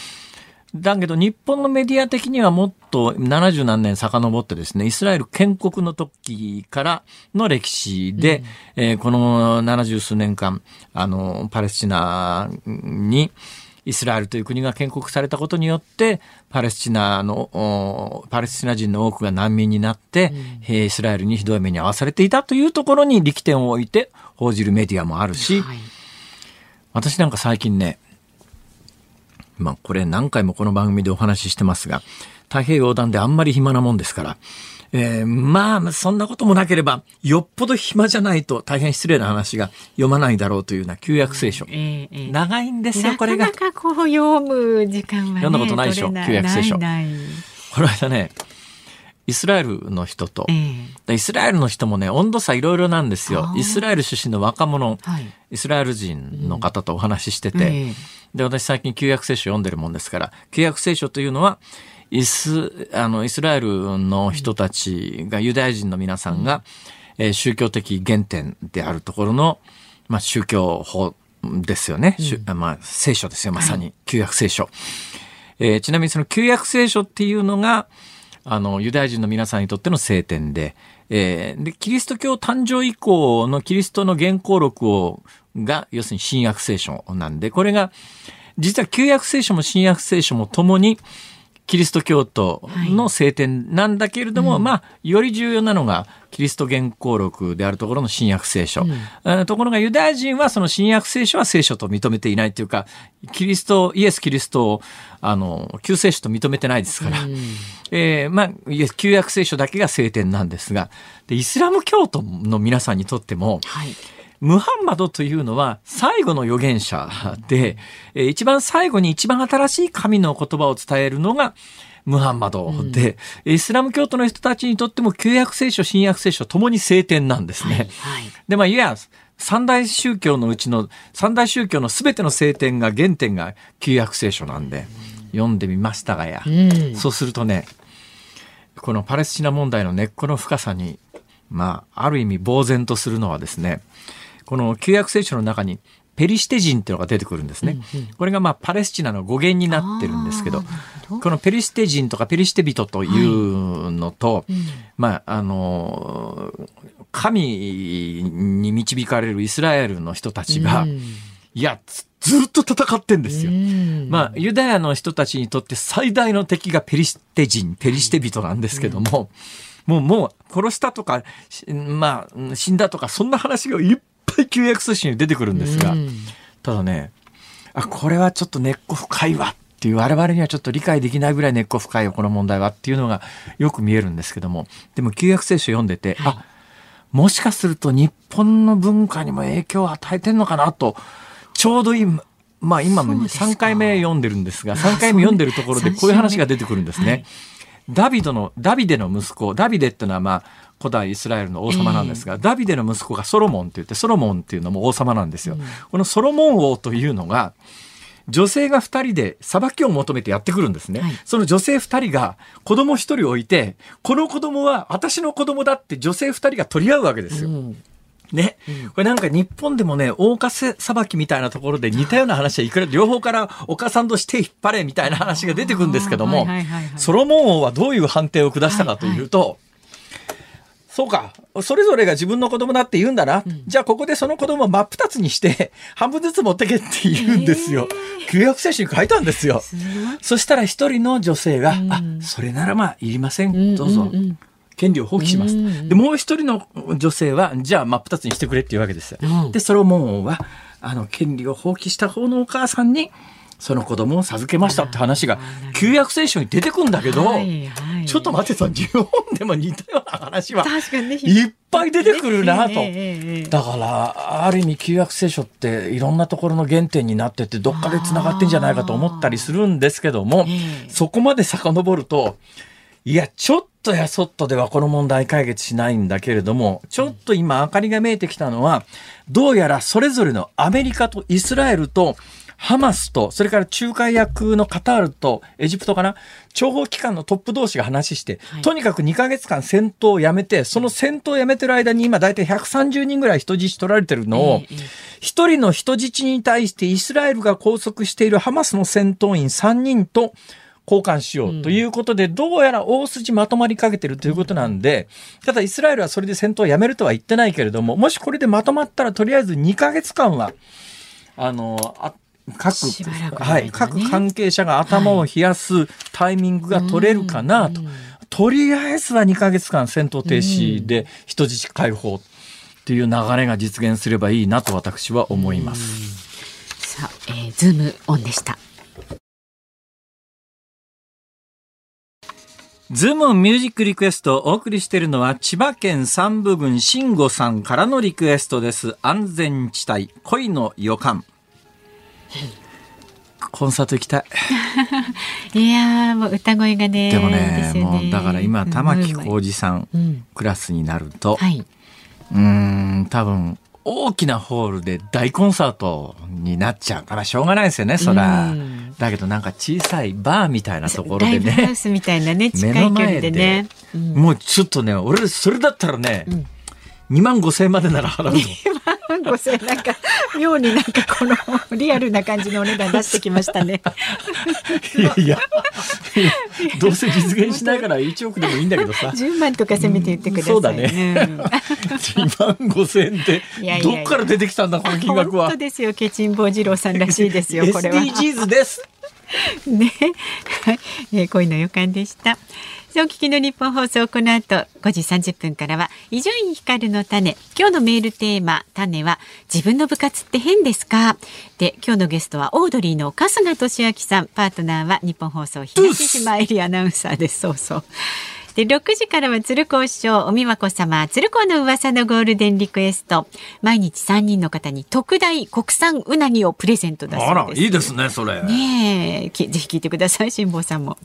だけど日本のメディア的にはもっとななじゅうなんねん遡ってですね、イスラエル建国の時からの歴史で、うん、えー、このななじゅうすうねんかんあのパレスチナにイスラエルという国が建国されたことによってパレスチナのパレスチナ人の多くが難民になって、うん、イスラエルにひどい目に遭わされていたというところに力点を置いて報じるメディアもあるし、はい、私なんか最近ね、まあこれ何回もこの番組でお話ししてますが、太平洋横断であんまり暇なもんですから、えー、まあそんなこともなければよっぽど暇じゃないと大変失礼な話が読まないだろうというような旧約聖書、うん、えーえー、長いんですよこれが。 なかなかこう読む時間はね、 読んだことないでしょ旧約聖書。 ないない。 この間ねイスラエルの人と、えー、イスラエルの人もね温度差いろいろなんですよ。イスラエル出身の若者、はい、イスラエル人の方とお話ししてて、うん、えー、で私最近旧約聖書読んでるもんですから、旧約聖書というのはイス、あの、イスラエルの人たちが、ユダヤ人の皆さんが、うん、えー、宗教的原点であるところの、まあ、宗教法ですよね。うん、まあ、聖書ですよ、まさに。はい、旧約聖書。えー、ちなみにその旧約聖書っていうのが、あの、ユダヤ人の皆さんにとっての聖典で、えー、で、キリスト教誕生以降のキリストの原稿録を、が、要するに新約聖書なんで、これが、実は旧約聖書も新約聖書もともに、キリスト教徒の聖典なんだけれども、はい、まあ、より重要なのが、キリスト原稿録であるところの新約聖書。うん、ところがユダヤ人はその新約聖書は聖書と認めていないというか、キリスト、イエス・キリストを、あの、旧聖書と認めてないですから、うん、えー、まあ、旧約聖書だけが聖典なんですが、で、イスラム教徒の皆さんにとっても、はい、ムハンマドというのは最後の預言者で、一番最後に一番新しい神の言葉を伝えるのがムハンマドで、うん、イスラム教徒の人たちにとっても旧約聖書新約聖書ともに聖典なんですね、はいはい、でまあいや三大宗教のうちの三大宗教のすべての聖典が原点が旧約聖書なんで、うん、読んでみましたがや、うん、そうするとねこのパレスチナ問題の根っこの深さにまあある意味呆然とするのはですね、この旧約聖書の中にペリシテ人っていうのが出てくるんですね、うんうん、これがまあパレスチナの語源になってるんですけど、どこのペリシテ人とかペリシテ人というのと、はいうん、まああの神に導かれるイスラエルの人たちが、うん、いやずっと戦ってんですよ、うん、まあユダヤの人たちにとって最大の敵がペリシテ人ペリシテ人なんですけども、うん、もうもう殺したとかまあ死んだとかそんな話がいっぱい旧約聖書に出てくるんですが、うん、ただねあこれはちょっと根っこ深いわっていう我々にはちょっと理解できないぐらい根っこ深いよこの問題はっていうのがよく見えるんですけども、でも旧約聖書読んでて、はい、あもしかすると日本の文化にも影響を与えてんのかなとちょうど今まあ今もさんかいめ読んでるんですがさんかいめ読んでるところでこういう話が出てくるんですね、はい、ダビドのダビデの息子ダビデってのはまあ古代イスラエルの王様なんですが、えー、ダビデの息子がソロモンって言ってソロモンっていうのも王様なんですよ、うん、このソロモン王というのが女性がふたりで裁きを求めてやってくるんですね、はい、その女性ふたりが子供ひとり置いてこの子供は私の子供だって女性ふたりが取り合うわけですよ、うんね、うん、これなんか日本でもね大家裁きみたいなところで似たような話はいくら両方からお母さんとして引っ張れみたいな話が出てくるんですけども、ソロモン王はどういう判定を下したかというと、はいはいそうかそれぞれが自分の子供だって言うんだな、うん、じゃあここでその子供を真っ二つにして半分ずつ持ってけって言うんですよ、えー、旧約聖書に書いたんですよ。そしたら一人の女性が、うん、あそれならまあいりませんどうぞ、うんうんうん権利を放棄します、うんうん、でもう一人の女性はじゃあ真っ二つにしてくれっていうわけですよ、うん、でソロモン王はあの権利を放棄した方のお母さんにその子供を授けましたって話が旧約聖書に出てくるんだけど、はいはい、ちょっと待ってさ日本でも似たような話はいっぱい出てくるなと、だからある意味旧約聖書っていろんなところの原点になっててどっかでつながってんじゃないかと思ったりするんですけども、そこまで遡るといやちょっとやそっとではこの問題解決しないんだけれども、ちょっと今明かりが見えてきたのはどうやらそれぞれのアメリカとイスラエルとハマスとそれから仲介役のカタールとエジプトかな諜報機関のトップ同士が話して、はい、とにかくにかげつかん戦闘をやめてその戦闘をやめてる間に今だいたいひゃくさんじゅうにんぐらい人質取られてるのをひとりの人質に対してイスラエルが拘束しているハマスの戦闘員さんにんと交換しようということで、うん、どうやら大筋まとまりかけてるということなんで、ただイスラエルはそれで戦闘をやめるとは言ってないけれども、もしこれでまとまったらとりあえずにかげつかんはあのあ各, はい、各関係者が頭を冷やすタイミングが取れるかなと、はい、とりあえずはにかげつかん戦闘停止で人質解放っていう流れが実現すればいいなと私は思います。 さあ、えー、ズームオンでした。 ズームオンミュージックリクエストをお送りしているのは千葉県山武郡慎吾さんからのリクエストです。安全地帯恋の予感。コンサート行きたいいやーもう歌声がねでも ね, でねもうだから今玉置浩二さん、うん、クラスになると、はい、うーん多分大きなホールで大コンサートになっちゃうからしょうがないですよねそら、うん、だけどなんか小さいバーみたいなところでねライブハウスみたいなね近い距離でね、 うん、もうちょっとね俺それだったらね、うん、にまんごせんえんまでなら払うのごせんえんなんか妙になんかこのリアルな感じのお値段出してきましたねいやいやどうせ実現しないからいちおくでもいいんだけどさじゅうまんとかせめて言ってください、 うん、そうだね、うん、にまんごせんえんってどっから出てきたんだこの金額は。 本当ですよケチン坊次郎さんらしいですよこれはエスディージーズ ですね、はい、えー、恋の予感でした。お聞きの日本放送この後ごじさんじゅっぷんからは伊集院光の種。今日のメールテーマ種は自分の部活って変ですかで、今日のゲストはオードリーの春日俊明さん、パートナーは日本放送東島えりアナウンサーです。そうそうでろくじからは鶴光師匠お美和子様鶴光の噂のゴールデンリクエスト。毎日さんにんの方に特大国産うなぎをプレゼントだそうです。 あらいいですねそれねえぜひ聞いてください辛坊さんも。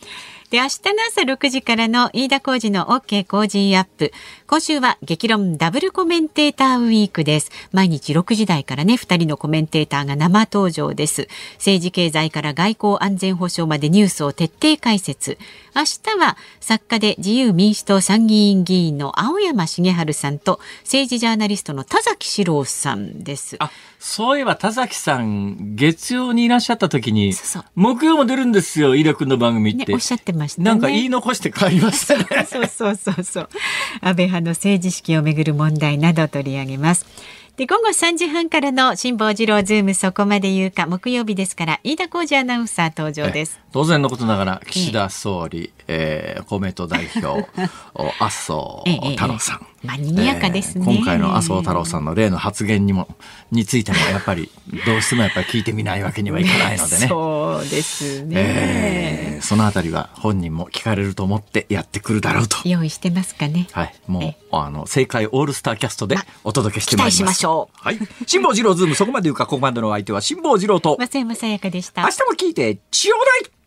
で、明日の朝ろくじからの飯田浩司の OK 工事アップ。今週は激論ダブルコメンテーターウィークです。毎日ろくじ台からね、ふたりのコメンテーターが生登場です。政治経済から外交安全保障までニュースを徹底解説。明日は作家で自由民主党参議院議員の青山茂春さんと政治ジャーナリストの田崎史郎さんです。 あ、そういえば田崎さん月曜にいらっしゃった時に、そうそう、木曜も出るんですよ、飯田君の番組って、 ね、おっしゃってましたね。 なんか言い残して帰りましたね。 そうそうそうそう。安倍派の政治式をめぐる問題などを取り上げます。で、午後さんじはんからの辛坊治郎ズームそこまで言うか、木曜日ですから飯田浩司アナウンサー登場です。 当然のことながら岸田総理、えー、公明党代表麻生太郎さん、 ええ、まあ、賑やかですね、 えー、今回の麻生太郎さんの例の発言にもについてもやっぱりどうしてもやっぱり聞いてみないわけにはいかないのでね。 そうですね、 えー、そのあたりは本人も聞かれると思ってやってくるだろうと用意してますかね。 はい、もうあの正解オールスターキャストでお届けしてまいります。期待しましょう。はい、辛坊治郎ズームそこまで言うか、ここまでのお相手は辛坊治郎と増山さやかでした。 明日も聞いてちょうだい。